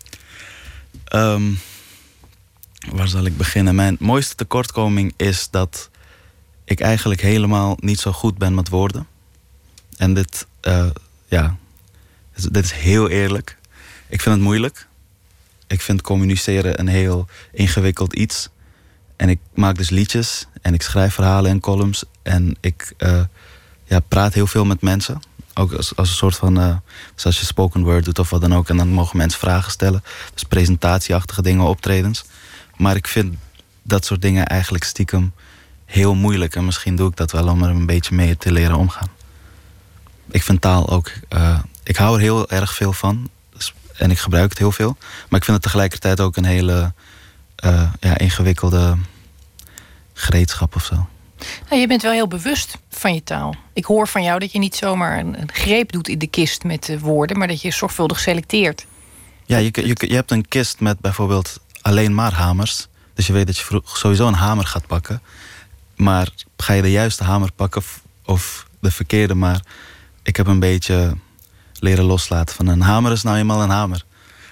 [SPEAKER 10] Um, waar zal ik beginnen? Mijn mooiste tekortkoming is dat... ik eigenlijk helemaal niet zo goed ben met woorden. En dit... Uh, ja... dit is heel eerlijk. Ik vind het moeilijk. Ik vind communiceren een heel ingewikkeld iets. En ik maak dus liedjes. En ik schrijf verhalen en columns. En ik uh, ja, praat heel veel met mensen. Ook als, als een soort van... Uh, dus als je spoken word doet of wat dan ook... en dan mogen mensen vragen stellen. Dus presentatieachtige dingen, optredens. Maar ik vind dat soort dingen eigenlijk stiekem heel moeilijk. En misschien doe ik dat wel om er een beetje mee te leren omgaan. Ik vind taal ook... Uh, ik hou er heel erg veel van. Dus, en ik gebruik het heel veel. Maar ik vind het tegelijkertijd ook een hele uh, ja, ingewikkelde gereedschap of zo.
[SPEAKER 2] Nou, je bent wel heel bewust van je taal. Ik hoor van jou dat je niet zomaar een, een greep doet in de kist met uh, woorden... maar dat je zorgvuldig selecteert.
[SPEAKER 10] Ja, je, je, je hebt een kist met bijvoorbeeld alleen maar hamers. Dus je weet dat je sowieso een hamer gaat pakken. Maar ga je de juiste hamer pakken of, of de verkeerde? Maar ik heb een beetje leren loslaten van een hamer is nou eenmaal een hamer.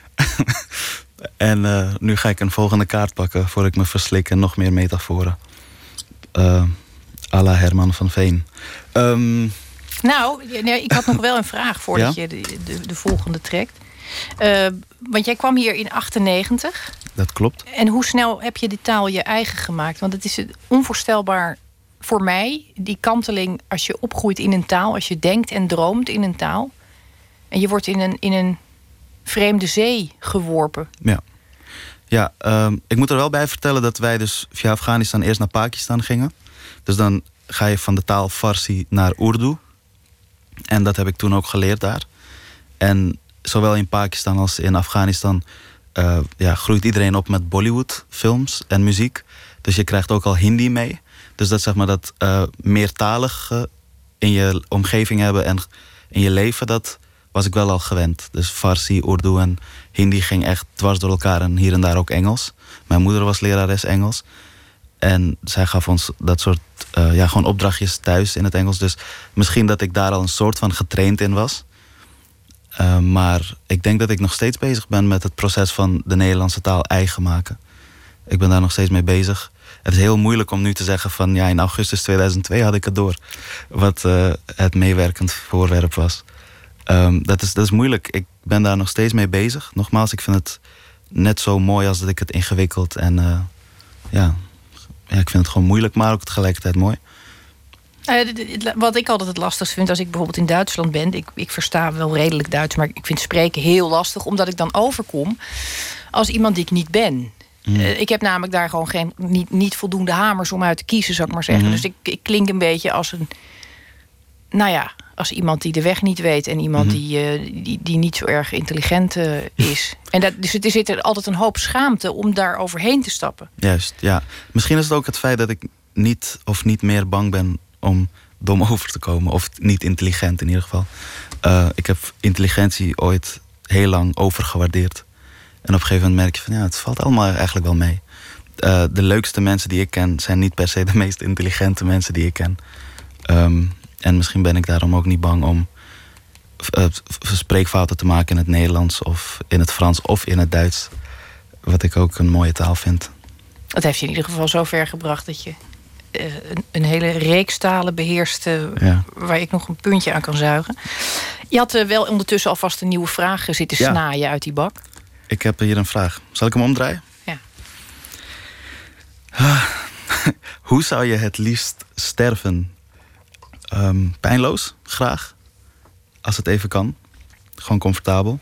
[SPEAKER 10] En uh, nu ga ik een volgende kaart pakken voor ik me verslik en nog meer metaforen. Uh, à la Herman van Veen. Um,
[SPEAKER 2] nou, nee, ik had nog wel een vraag voordat
[SPEAKER 10] ja?
[SPEAKER 2] je de, de, de volgende trekt. Uh, want jij kwam hier in achtennegentig.
[SPEAKER 10] Dat klopt.
[SPEAKER 2] En hoe snel heb je die taal je eigen gemaakt? Want het is onvoorstelbaar voor mij, die kanteling als je opgroeit in een taal, als je denkt en droomt in een taal. En je wordt in een, in een vreemde zee geworpen.
[SPEAKER 10] Ja, ja um, ik moet er wel bij vertellen dat wij dus via Afghanistan eerst naar Pakistan gingen. Dus dan ga je van de taal Farsi naar Urdu. En dat heb ik toen ook geleerd daar. En zowel in Pakistan als in Afghanistan uh, ja, groeit iedereen op met Bollywood films en muziek. Dus je krijgt ook al Hindi mee. Dus dat zeg maar dat uh, meertalige in je omgeving hebben en in je leven, dat was ik wel al gewend. Dus Farsi, Urdu en Hindi ging echt dwars door elkaar en hier en daar ook Engels. Mijn moeder was lerares Engels. En zij gaf ons dat soort uh, ja, gewoon opdrachtjes thuis in het Engels. Dus misschien dat ik daar al een soort van getraind in was. Uh, maar ik denk dat ik nog steeds bezig ben met het proces van de Nederlandse taal eigen maken. Ik ben daar nog steeds mee bezig. Het is heel moeilijk om nu te zeggen van ja, in augustus tweeduizend twee had ik het door. Wat uh, het meewerkend voorwerp was. Um, dat is, dat is moeilijk. Ik ben daar nog steeds mee bezig. Nogmaals, ik vind het net zo mooi als dat ik het ingewikkeld en uh, ja, ja, ik vind het gewoon moeilijk, maar ook tegelijkertijd mooi.
[SPEAKER 2] Uh, wat ik altijd het lastigste vind als ik bijvoorbeeld in Duitsland ben, ik, ik versta wel redelijk Duits, maar ik vind spreken heel lastig, omdat ik dan overkom als iemand die ik niet ben. Mm. Uh, ik heb namelijk daar gewoon geen, niet, niet voldoende hamers om uit te kiezen, zou ik maar zeggen. Mm. Dus ik, ik klink een beetje als een, nou ja, als iemand die de weg niet weet en iemand mm-hmm. die, uh, die, die niet zo erg intelligent uh, is. En dat, dus er zit er altijd een hoop schaamte om daar overheen te stappen.
[SPEAKER 10] Juist, ja. Misschien is het ook het feit dat ik niet of niet meer bang ben om dom over te komen. Of niet intelligent in ieder geval. Uh, ik heb intelligentie ooit heel lang overgewaardeerd. En op een gegeven moment merk je van ja, het valt allemaal eigenlijk wel mee. Uh, de leukste mensen die ik ken zijn niet per se de meest intelligente mensen die ik ken. Um, en misschien ben ik daarom ook niet bang om uh, spreekfouten te maken in het Nederlands of in het Frans of in het Duits. Wat ik ook een mooie taal vind.
[SPEAKER 2] Dat heeft je in ieder geval zo ver gebracht dat je uh, een, een hele reeks talen beheerst, uh, ja. waar ik nog een puntje aan kan zuigen. Je had uh, wel ondertussen alvast een nieuwe vraag zitten ja. snaaien uit die bak.
[SPEAKER 10] Ik heb hier een vraag. Zal ik hem omdraaien?
[SPEAKER 2] Ja.
[SPEAKER 10] Ah, hoe zou je het liefst sterven? Um, pijnloos, graag. Als het even kan. Gewoon comfortabel.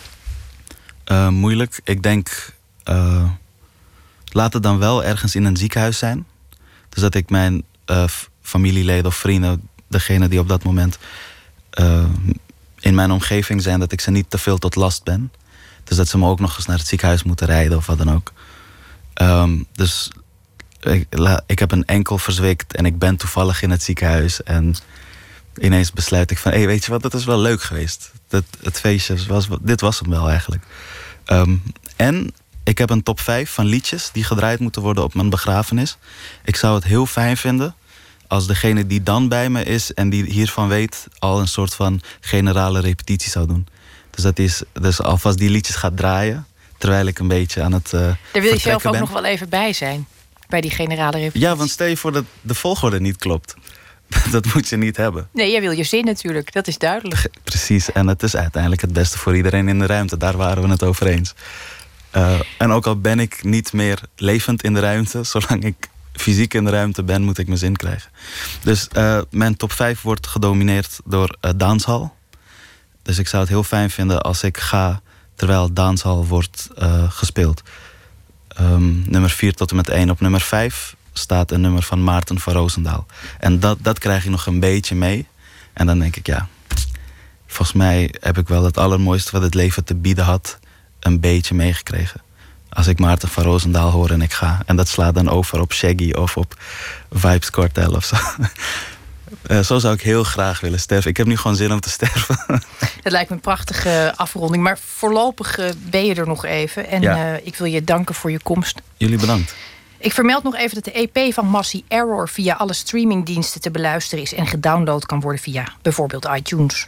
[SPEAKER 10] Uh, moeilijk. Ik denk, uh, laat het dan wel ergens in een ziekenhuis zijn. Dus dat ik mijn uh, familieleden of vrienden, degene die op dat moment uh, in mijn omgeving zijn, dat ik ze niet te veel tot last ben. Dus dat ze me ook nog eens naar het ziekenhuis moeten rijden of wat dan ook. Um, dus ik, la, ik heb een enkel verzwikt en ik ben toevallig in het ziekenhuis. En ineens besluit ik van, hé, hey, weet je wat, dat is wel leuk geweest. Dat, het feestje was, dit was hem wel eigenlijk. Um, en ik heb een top vijf van liedjes die gedraaid moeten worden op mijn begrafenis. Ik zou het heel fijn vinden als degene die dan bij me is en die hiervan weet al een soort van generale repetitie zou doen. Dus dat is dus alvast die liedjes gaat draaien, terwijl ik een beetje aan het uh,
[SPEAKER 2] Daar wil je zelf ook
[SPEAKER 10] ben.
[SPEAKER 2] nog wel even bij zijn, bij die generale repetitie.
[SPEAKER 10] Ja, want stel je voor dat de volgorde niet klopt. Dat moet je niet hebben.
[SPEAKER 2] Nee, jij wil je zin natuurlijk, dat is duidelijk.
[SPEAKER 10] Precies, en het is uiteindelijk het beste voor iedereen in de ruimte. Daar waren we het over eens. Uh, en ook al ben ik niet meer levend in de ruimte, zolang ik fysiek in de ruimte ben, moet ik mijn zin krijgen. Dus uh, mijn top vijf wordt gedomineerd door uh, dancehall. Dus ik zou het heel fijn vinden als ik ga terwijl dancehall wordt uh, gespeeld. Um, nummer vier tot en met één. Op nummer vijf staat een nummer van Maarten van Roosendaal. En dat, dat krijg ik nog een beetje mee. En dan denk ik, ja, volgens mij heb ik wel het allermooiste wat het leven te bieden had een beetje meegekregen. Als ik Maarten van Roosendaal hoor en ik ga. En dat slaat dan over op Shaggy of op Vybz Kartel of zo. Uh, zo zou ik heel graag willen sterven. Ik heb nu gewoon zin om te sterven.
[SPEAKER 2] Dat lijkt me een prachtige afronding. Maar voorlopig uh, ben je er nog even. En ja. uh, ik wil je danken voor je komst.
[SPEAKER 10] Jullie bedankt.
[SPEAKER 2] Ik vermeld nog even dat de E P van Massey Error via alle streamingdiensten te beluisteren is en gedownload kan worden via bijvoorbeeld iTunes.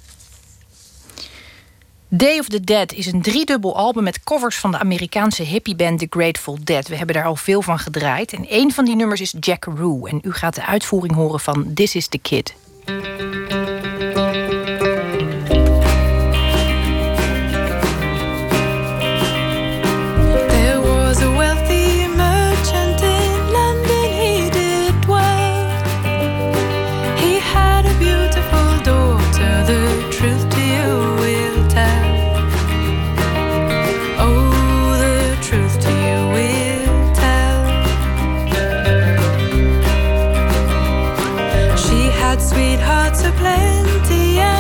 [SPEAKER 2] Day of the Dead is een driedubbel album met covers van de Amerikaanse hippieband The Grateful Dead. We hebben daar al veel van gedraaid. En een van die nummers is Jackaroo. En u gaat de uitvoering horen van This is the Kid.
[SPEAKER 11] Sweethearts aplenty.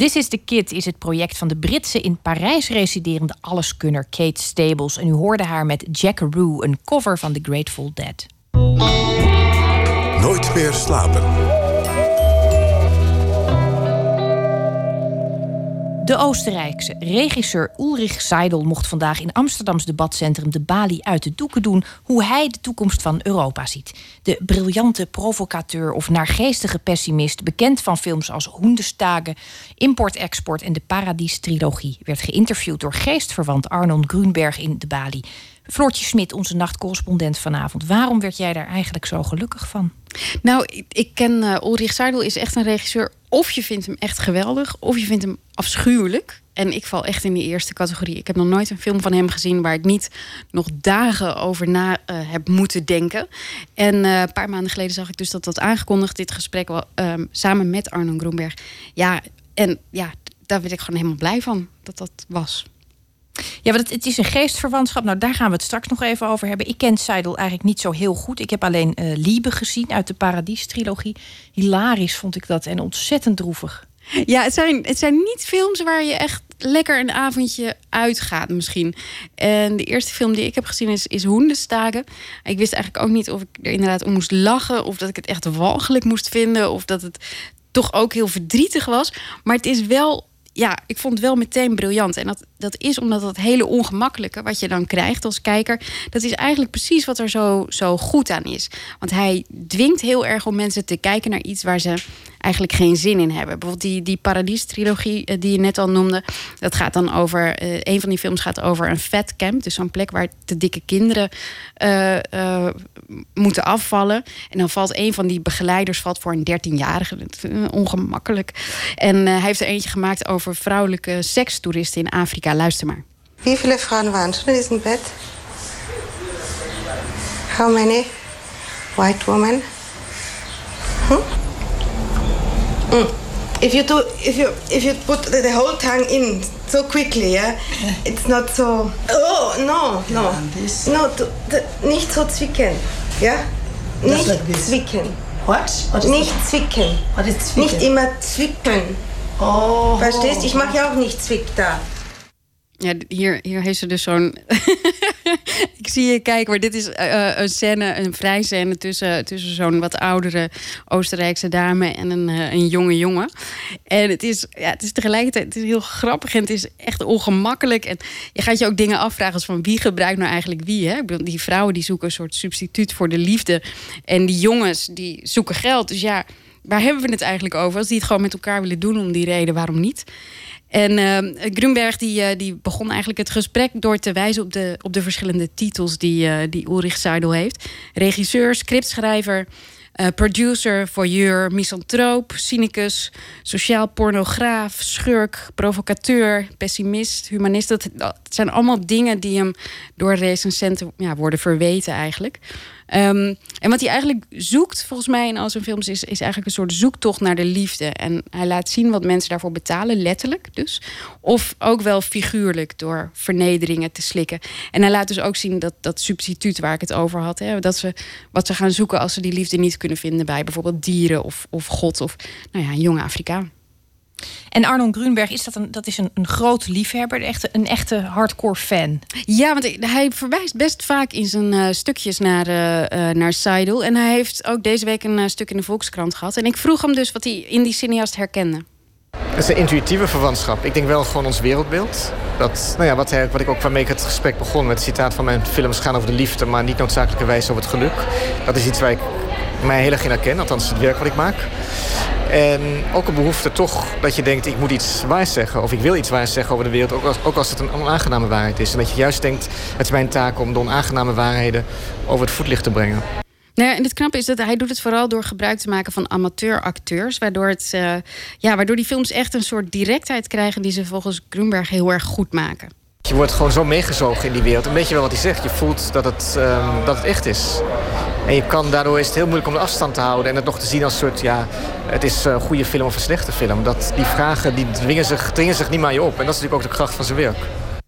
[SPEAKER 2] This is the Kid is het project van de Britse in Parijs residerende alleskunner Kate Stables. En u hoorde haar met Jackaroo, een cover van The Grateful Dead.
[SPEAKER 1] Nooit meer slapen.
[SPEAKER 2] De Oostenrijkse regisseur Ulrich Seidel mocht vandaag in Amsterdams debatcentrum De Bali uit de doeken doen hoe hij de toekomst van Europa ziet. De briljante provocateur of naargeestige pessimist, bekend van films als Hoendestagen, Import-Export en de Paradies-trilogie, werd geïnterviewd door geestverwant Arnon Grunberg in De Bali. Floortje Smit, onze nachtcorrespondent vanavond. Waarom werd jij daar eigenlijk zo gelukkig van?
[SPEAKER 11] Nou, ik, ik ken uh, Ulrich Seidel, is echt een regisseur. Of je vindt hem echt geweldig, of je vindt hem afschuwelijk. En ik val echt in die eerste categorie. Ik heb nog nooit een film van hem gezien waar ik niet nog dagen over na uh, heb moeten denken. En uh, een paar maanden geleden zag ik dus dat dat aangekondigd, dit gesprek wel, um, samen met Arnon Grunberg. Ja, en ja, daar werd ik gewoon helemaal blij van dat dat was.
[SPEAKER 2] Ja, want het, het is een geestverwantschap. Nou, daar gaan we het straks nog even over hebben. Ik ken Seidel eigenlijk niet zo heel goed. Ik heb alleen uh, Liebe gezien uit de Paradies-trilogie. Hilarisch vond ik dat en ontzettend droevig.
[SPEAKER 11] Ja, het zijn, het zijn niet films waar je echt lekker een avondje uitgaat misschien. En de eerste film die ik heb gezien is, is Hoendestagen. Ik wist eigenlijk ook niet of ik er inderdaad om moest lachen, of dat ik het echt walgelijk moest vinden, of dat het toch ook heel verdrietig was. Maar het is wel... Ja, ik vond het wel meteen briljant. En dat, dat is omdat dat hele ongemakkelijke wat je dan krijgt als kijker, dat is eigenlijk precies wat er zo, zo goed aan is. Want hij dwingt heel erg om mensen te kijken naar iets waar ze eigenlijk geen zin in hebben. Bijvoorbeeld die, die Paradies-trilogie die je net al noemde. Dat gaat dan over, uh, een van die films gaat over een fat camp. Dus zo'n plek waar te dikke kinderen uh, uh, moeten afvallen. En dan valt een van die begeleiders valt voor een dertienjarige. Uh, ongemakkelijk. En uh, hij heeft er eentje gemaakt over vrouwelijke sekstoeristen in Afrika. Luister maar.
[SPEAKER 12] Hoeveel vrouwen waren schon in diesem bed? How many white women? Hm? Mm. If you do, if you if you put the whole tongue in so quickly, yeah, it's not so. Oh no, no, no, to, to, nicht so zwicken, ja, nicht like zwicken.
[SPEAKER 13] What? What is
[SPEAKER 12] nicht zwicken.
[SPEAKER 13] What is zwicken?
[SPEAKER 12] Nicht immer zwicken.
[SPEAKER 13] Oh.
[SPEAKER 12] Verstehst? Ich mag ja auch nicht zwick da.
[SPEAKER 11] Ja, hier, hier heeft ze dus zo'n... Ik zie je kijken, maar dit is uh, een scène, een vrij scène tussen, tussen zo'n wat oudere Oostenrijkse dame en een, uh, een jonge jongen. En het is, ja, het is tegelijkertijd het is heel grappig en het is echt ongemakkelijk. En je gaat je ook dingen afvragen als van wie gebruikt nou eigenlijk wie. Hè? Ik bedoel, die vrouwen die zoeken een soort substituut voor de liefde. En die jongens die zoeken geld. Dus ja, waar hebben we het eigenlijk over? Als die het gewoon met elkaar willen doen om die reden, waarom niet? En uh, Grunberg die, uh, die begon eigenlijk het gesprek door te wijzen op de, op de verschillende titels die, uh, die Ulrich Seidel heeft. Regisseur, scriptschrijver, uh, producer, voyeur, misantroop, cynicus, sociaal pornograaf, schurk, provocateur, pessimist, humanist. Dat, dat zijn allemaal dingen die hem door recensenten ja, worden verweten eigenlijk. Um, en wat hij eigenlijk zoekt, volgens mij in al zijn films, is, is eigenlijk een soort zoektocht naar de liefde. En hij laat zien wat mensen daarvoor betalen, letterlijk dus. Of ook wel figuurlijk, door vernederingen te slikken. En hij laat dus ook zien dat dat substituut waar ik het over had, hè, dat ze wat ze gaan zoeken als ze die liefde niet kunnen vinden bij bijvoorbeeld dieren of, of God of nou ja, een jonge Afrikaan.
[SPEAKER 2] En Arnon Grunberg, is dat, een, dat is een, een groot liefhebber, een echte, een echte hardcore fan.
[SPEAKER 11] Ja, want hij verwijst best vaak in zijn uh, stukjes naar, uh, uh, naar Seidel. En hij heeft ook deze week een uh, stuk in de Volkskrant gehad. En ik vroeg hem dus wat hij in die cineast herkende.
[SPEAKER 14] Het is een intuïtieve verwantschap. Ik denk wel gewoon ons wereldbeeld. Dat, nou ja, wat, hij, wat ik ook waarmee ik het gesprek begon met het citaat van mijn films gaan over de liefde, maar niet noodzakelijkerwijs over het geluk. Dat is iets waar ik mij heel erg in herken, althans het werk wat ik maak. En ook een behoefte toch dat je denkt, ik moet iets waars zeggen, of ik wil iets waars zeggen over de wereld, ook als, ook als het een onaangename waarheid is. En dat je juist denkt, het is mijn taak om de onaangename waarheden over het voetlicht te brengen.
[SPEAKER 11] Nou ja, en het knappe is dat hij doet het vooral door gebruik te maken van amateuracteurs, waardoor, het, uh, ja, waardoor die films echt een soort directheid krijgen die ze volgens Grunberg heel erg goed maken.
[SPEAKER 14] Je wordt gewoon zo meegezogen in die wereld. En weet je wel wat hij zegt? Je voelt dat het, um, dat het echt is. En je kan, daardoor is het heel moeilijk om de afstand te houden en het nog te zien als een soort, ja, het is een goede film of een slechte film. Dat, die vragen die dwingen zich, dringen zich niet meer aan je op. En dat is natuurlijk ook de kracht van zijn werk.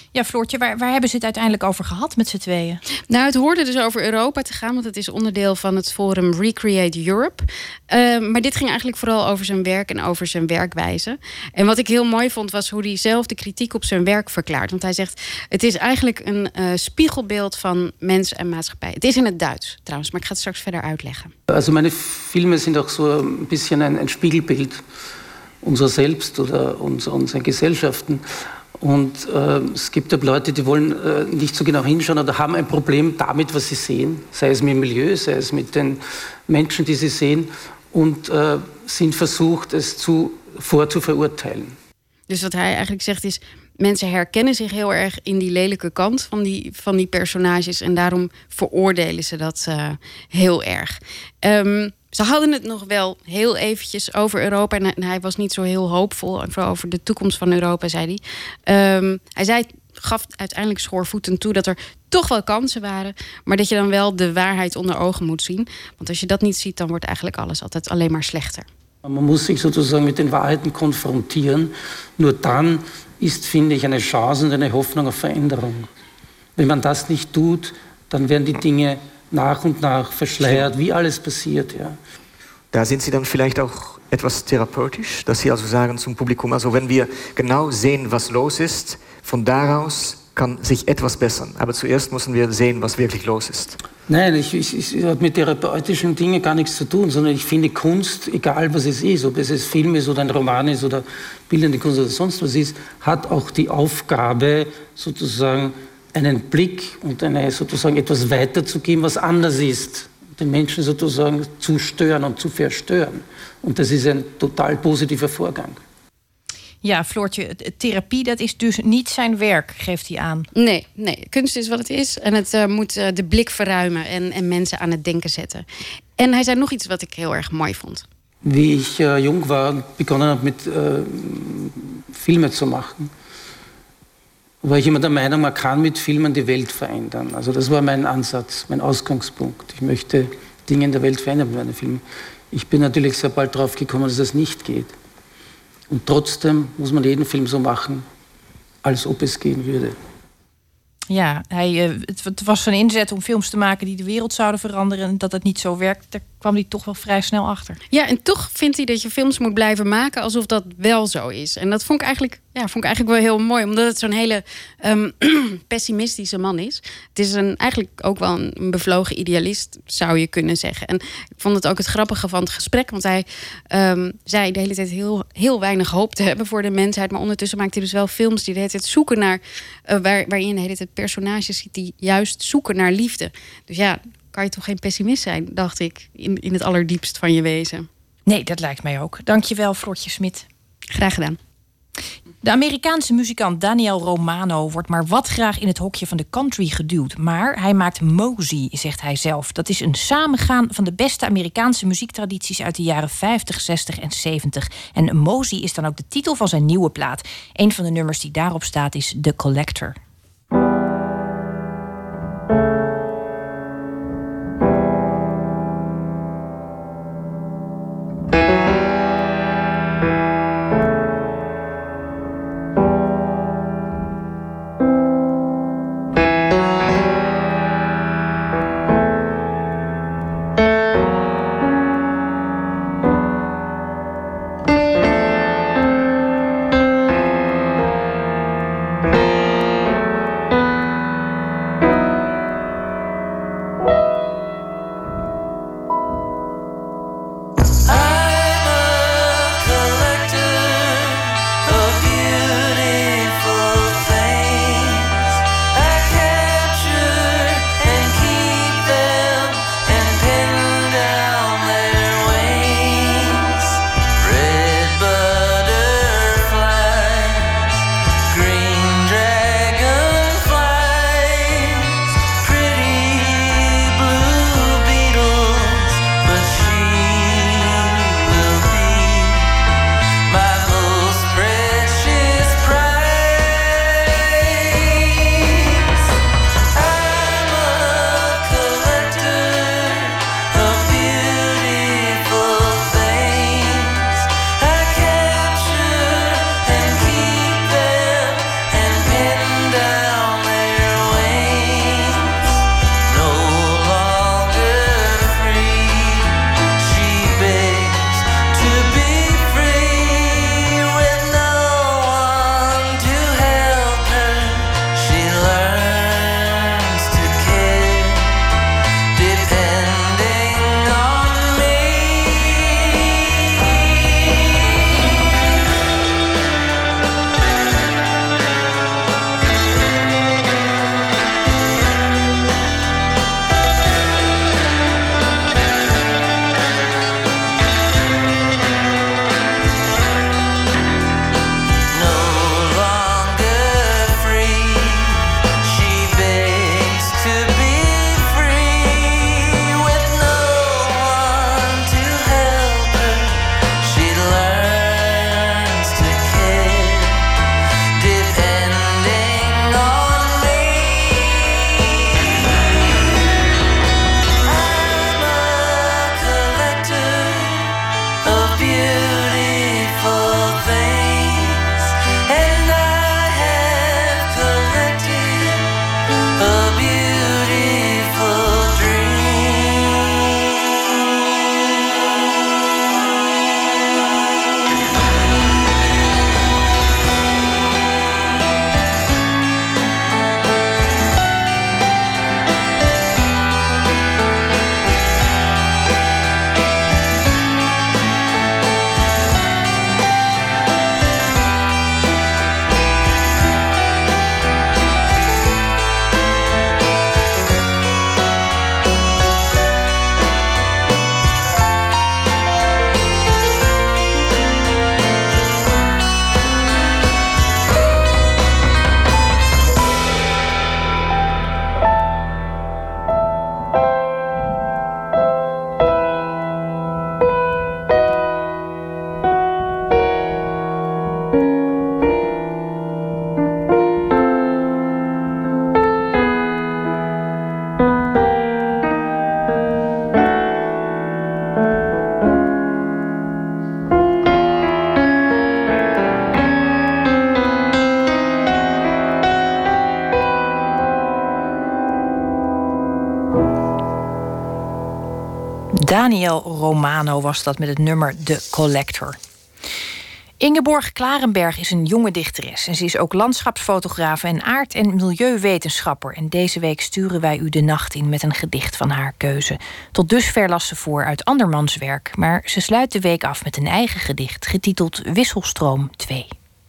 [SPEAKER 2] Ja, Floortje, waar, waar hebben ze het uiteindelijk over gehad met z'n tweeën?
[SPEAKER 11] Nou, het hoorde dus over Europa te gaan, want het is onderdeel van het forum Recreate Europe. Uh, maar dit ging eigenlijk vooral over zijn werk en over zijn werkwijze. En wat ik heel mooi vond, was hoe hij zelf de kritiek op zijn werk verklaart. Want hij zegt, het is eigenlijk een uh, spiegelbeeld van mens en maatschappij. Het is in het Duits trouwens, maar ik ga het straks verder uitleggen.
[SPEAKER 15] Also meine Filme sind auch so ein bisschen ein, ein Spiegelbild unserer selbst oder unserer, unserer Gesellschaften. Und äh, es gibt auch Leute, die wollen äh, nicht so genau hinschauen oder haben ein Problem damit, was sie sehen. Sei es mit dem Milieu, sei es mit den Menschen, die sie sehen. Und äh, sind versucht, es zu, vorzuverurteilen.
[SPEAKER 11] Dus wat hij eigenlijk zegt is, mensen herkennen zich heel erg in die lelijke kant van die, van die personages. En daarom veroordelen ze dat uh, heel erg. Um, ze hadden het nog wel heel eventjes over Europa. En hij was niet zo heel hoopvol. En vooral over de toekomst van Europa, zei hij. Um, hij zei, gaf uiteindelijk schoorvoetend toe dat er toch wel kansen waren. Maar dat je dan wel de waarheid onder ogen moet zien. Want als je dat niet ziet, dan wordt eigenlijk alles altijd alleen maar slechter.
[SPEAKER 15] Man muss sich sozusagen mit den Wahrheiten konfrontieren. Nur dann ist, finde ich, eine Chance und eine Hoffnung auf Veränderung. Wenn man das nicht tut, dann werden die Dinge nach und nach verschleiert, wie alles passiert. Ja.
[SPEAKER 14] Da sind Sie dann vielleicht auch etwas therapeutisch, dass Sie also sagen zum Publikum, also wenn wir genau sehen, was los ist, von daraus kann sich etwas bessern. Aber zuerst müssen wir sehen, was wirklich los ist.
[SPEAKER 15] Nein, ich, ich, ich habe mit therapeutischen Dingen gar nichts zu tun, sondern ich finde Kunst, egal was es ist, ob es ein Film ist oder ein Roman ist oder bildende Kunst oder sonst was ist, hat auch die Aufgabe, sozusagen einen Blick und eine, sozusagen etwas weiterzugeben, was anders ist. Den Menschen sozusagen zu stören und zu verstören. Und das ist ein total positiver Vorgang.
[SPEAKER 2] Ja, Floortje, therapie, dat is dus niet zijn werk, geeft hij aan.
[SPEAKER 11] Nee, nee, kunst is wat het is. En het uh, moet uh, de blik verruimen en, en mensen aan het denken zetten. En hij zei nog iets wat ik heel erg mooi vond.
[SPEAKER 15] Wie ich uh, jung war, begonnen habe mit uh, Filme zu machen, war ich immer der Meinung, man kann mit Filmen die Welt verändern. Also das war mein Ansatz, mein Ausgangspunkt. Ich möchte Dinge in der Welt verändern mit meinen Filmen. Ich bin natürlich sehr bald drauf gekommen, dass das nicht geht. Und trotzdem muss man jeden Film so machen, als ob es gehen würde.
[SPEAKER 2] Ja, hij, uh, het, het was zijn inzet om films te maken die de wereld zouden veranderen. En dat het niet zo werkt, daar kwam hij toch wel vrij snel achter.
[SPEAKER 11] Ja, en toch vindt hij dat je films moet blijven maken alsof dat wel zo is. En dat vond ik eigenlijk, ja, vond ik eigenlijk wel heel mooi. Omdat het zo'n hele um, pessimistische man is. Het is een, eigenlijk ook wel een bevlogen idealist, zou je kunnen zeggen. En ik vond het ook het grappige van het gesprek. Want hij um, zei de hele tijd heel, heel weinig hoop te hebben voor de mensheid. Maar ondertussen maakt hij dus wel films die de hele tijd zoeken naar... Uh, waar, waarin je de hele tijd personages ziet die juist zoeken naar liefde. Dus ja, kan je toch geen pessimist zijn, dacht ik, in, in het allerdiepst van je wezen.
[SPEAKER 2] Nee, dat lijkt mij ook. Dankjewel, Floortje Smit.
[SPEAKER 11] Graag gedaan.
[SPEAKER 2] De Amerikaanse muzikant Daniel Romano wordt maar wat graag in het hokje van de country geduwd. Maar hij maakt Mosey, zegt hij zelf. Dat is een samengaan van de beste Amerikaanse muziektradities uit de jaren vijftig, zestig en zeventig. En Mosey is dan ook de titel van zijn nieuwe plaat. Een van de nummers die daarop staat is The Collector. Daniel Romano was dat met het nummer The Collector. Ingeborg Klarenberg is een jonge dichteres en ze is ook landschapsfotografe en aard- en milieuwetenschapper. En deze week sturen wij u de nacht in met een gedicht van haar keuze. Tot dusver las ze voor uit andermans werk, maar ze sluit de week af met een eigen gedicht getiteld Wisselstroom twee.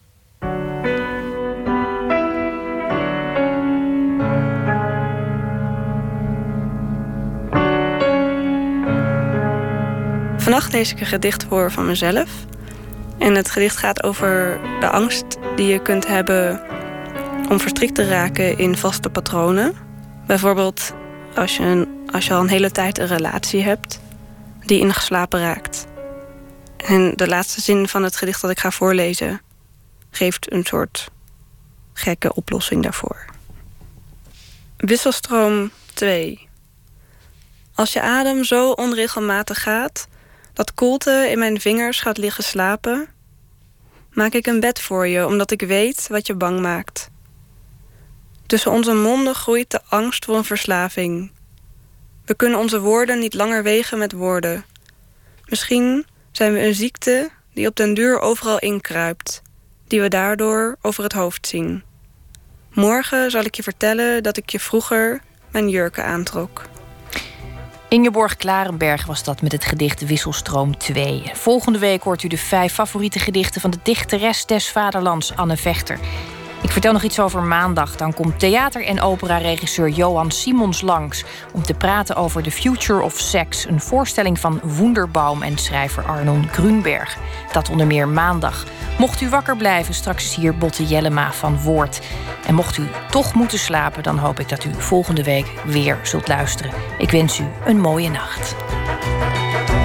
[SPEAKER 16] Vannacht lees ik een gedicht voor van mezelf. En het gedicht gaat over de angst die je kunt hebben om verstrikt te raken in vaste patronen. Bijvoorbeeld als je, een, als je al een hele tijd een relatie hebt die ingeslapen raakt. En de laatste zin van het gedicht dat ik ga voorlezen geeft een soort gekke oplossing daarvoor. Wisselstroom twee. Als je adem zo onregelmatig gaat dat koelte in mijn vingers gaat liggen slapen, maak ik een bed voor je, omdat ik weet wat je bang maakt. Tussen onze monden groeit de angst voor een verslaving. We kunnen onze woorden niet langer wegen met woorden. Misschien zijn we een ziekte die op den duur overal inkruipt, die we daardoor over het hoofd zien. Morgen zal ik je vertellen dat ik je vroeger mijn jurken aantrok.
[SPEAKER 2] Ingeborg Klarenberg was dat met het gedicht Wisselstroom twee. Volgende week hoort u de vijf favoriete gedichten van de dichteres des vaderlands Anne Vechter. Ik vertel nog iets over maandag. Dan komt theater- en operaregisseur Johan Simons langs om te praten over The Future of Sex, een voorstelling van Wunderbaum en schrijver Arnon Grunberg. Dat onder meer maandag. Mocht u wakker blijven, straks is hier Botte Jellema van Woord. En mocht u toch moeten slapen, dan hoop ik dat u volgende week weer zult luisteren. Ik wens u een mooie nacht.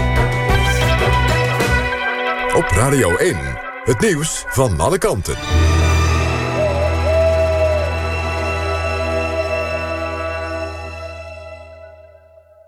[SPEAKER 1] Op Radio één, het nieuws van alle kanten.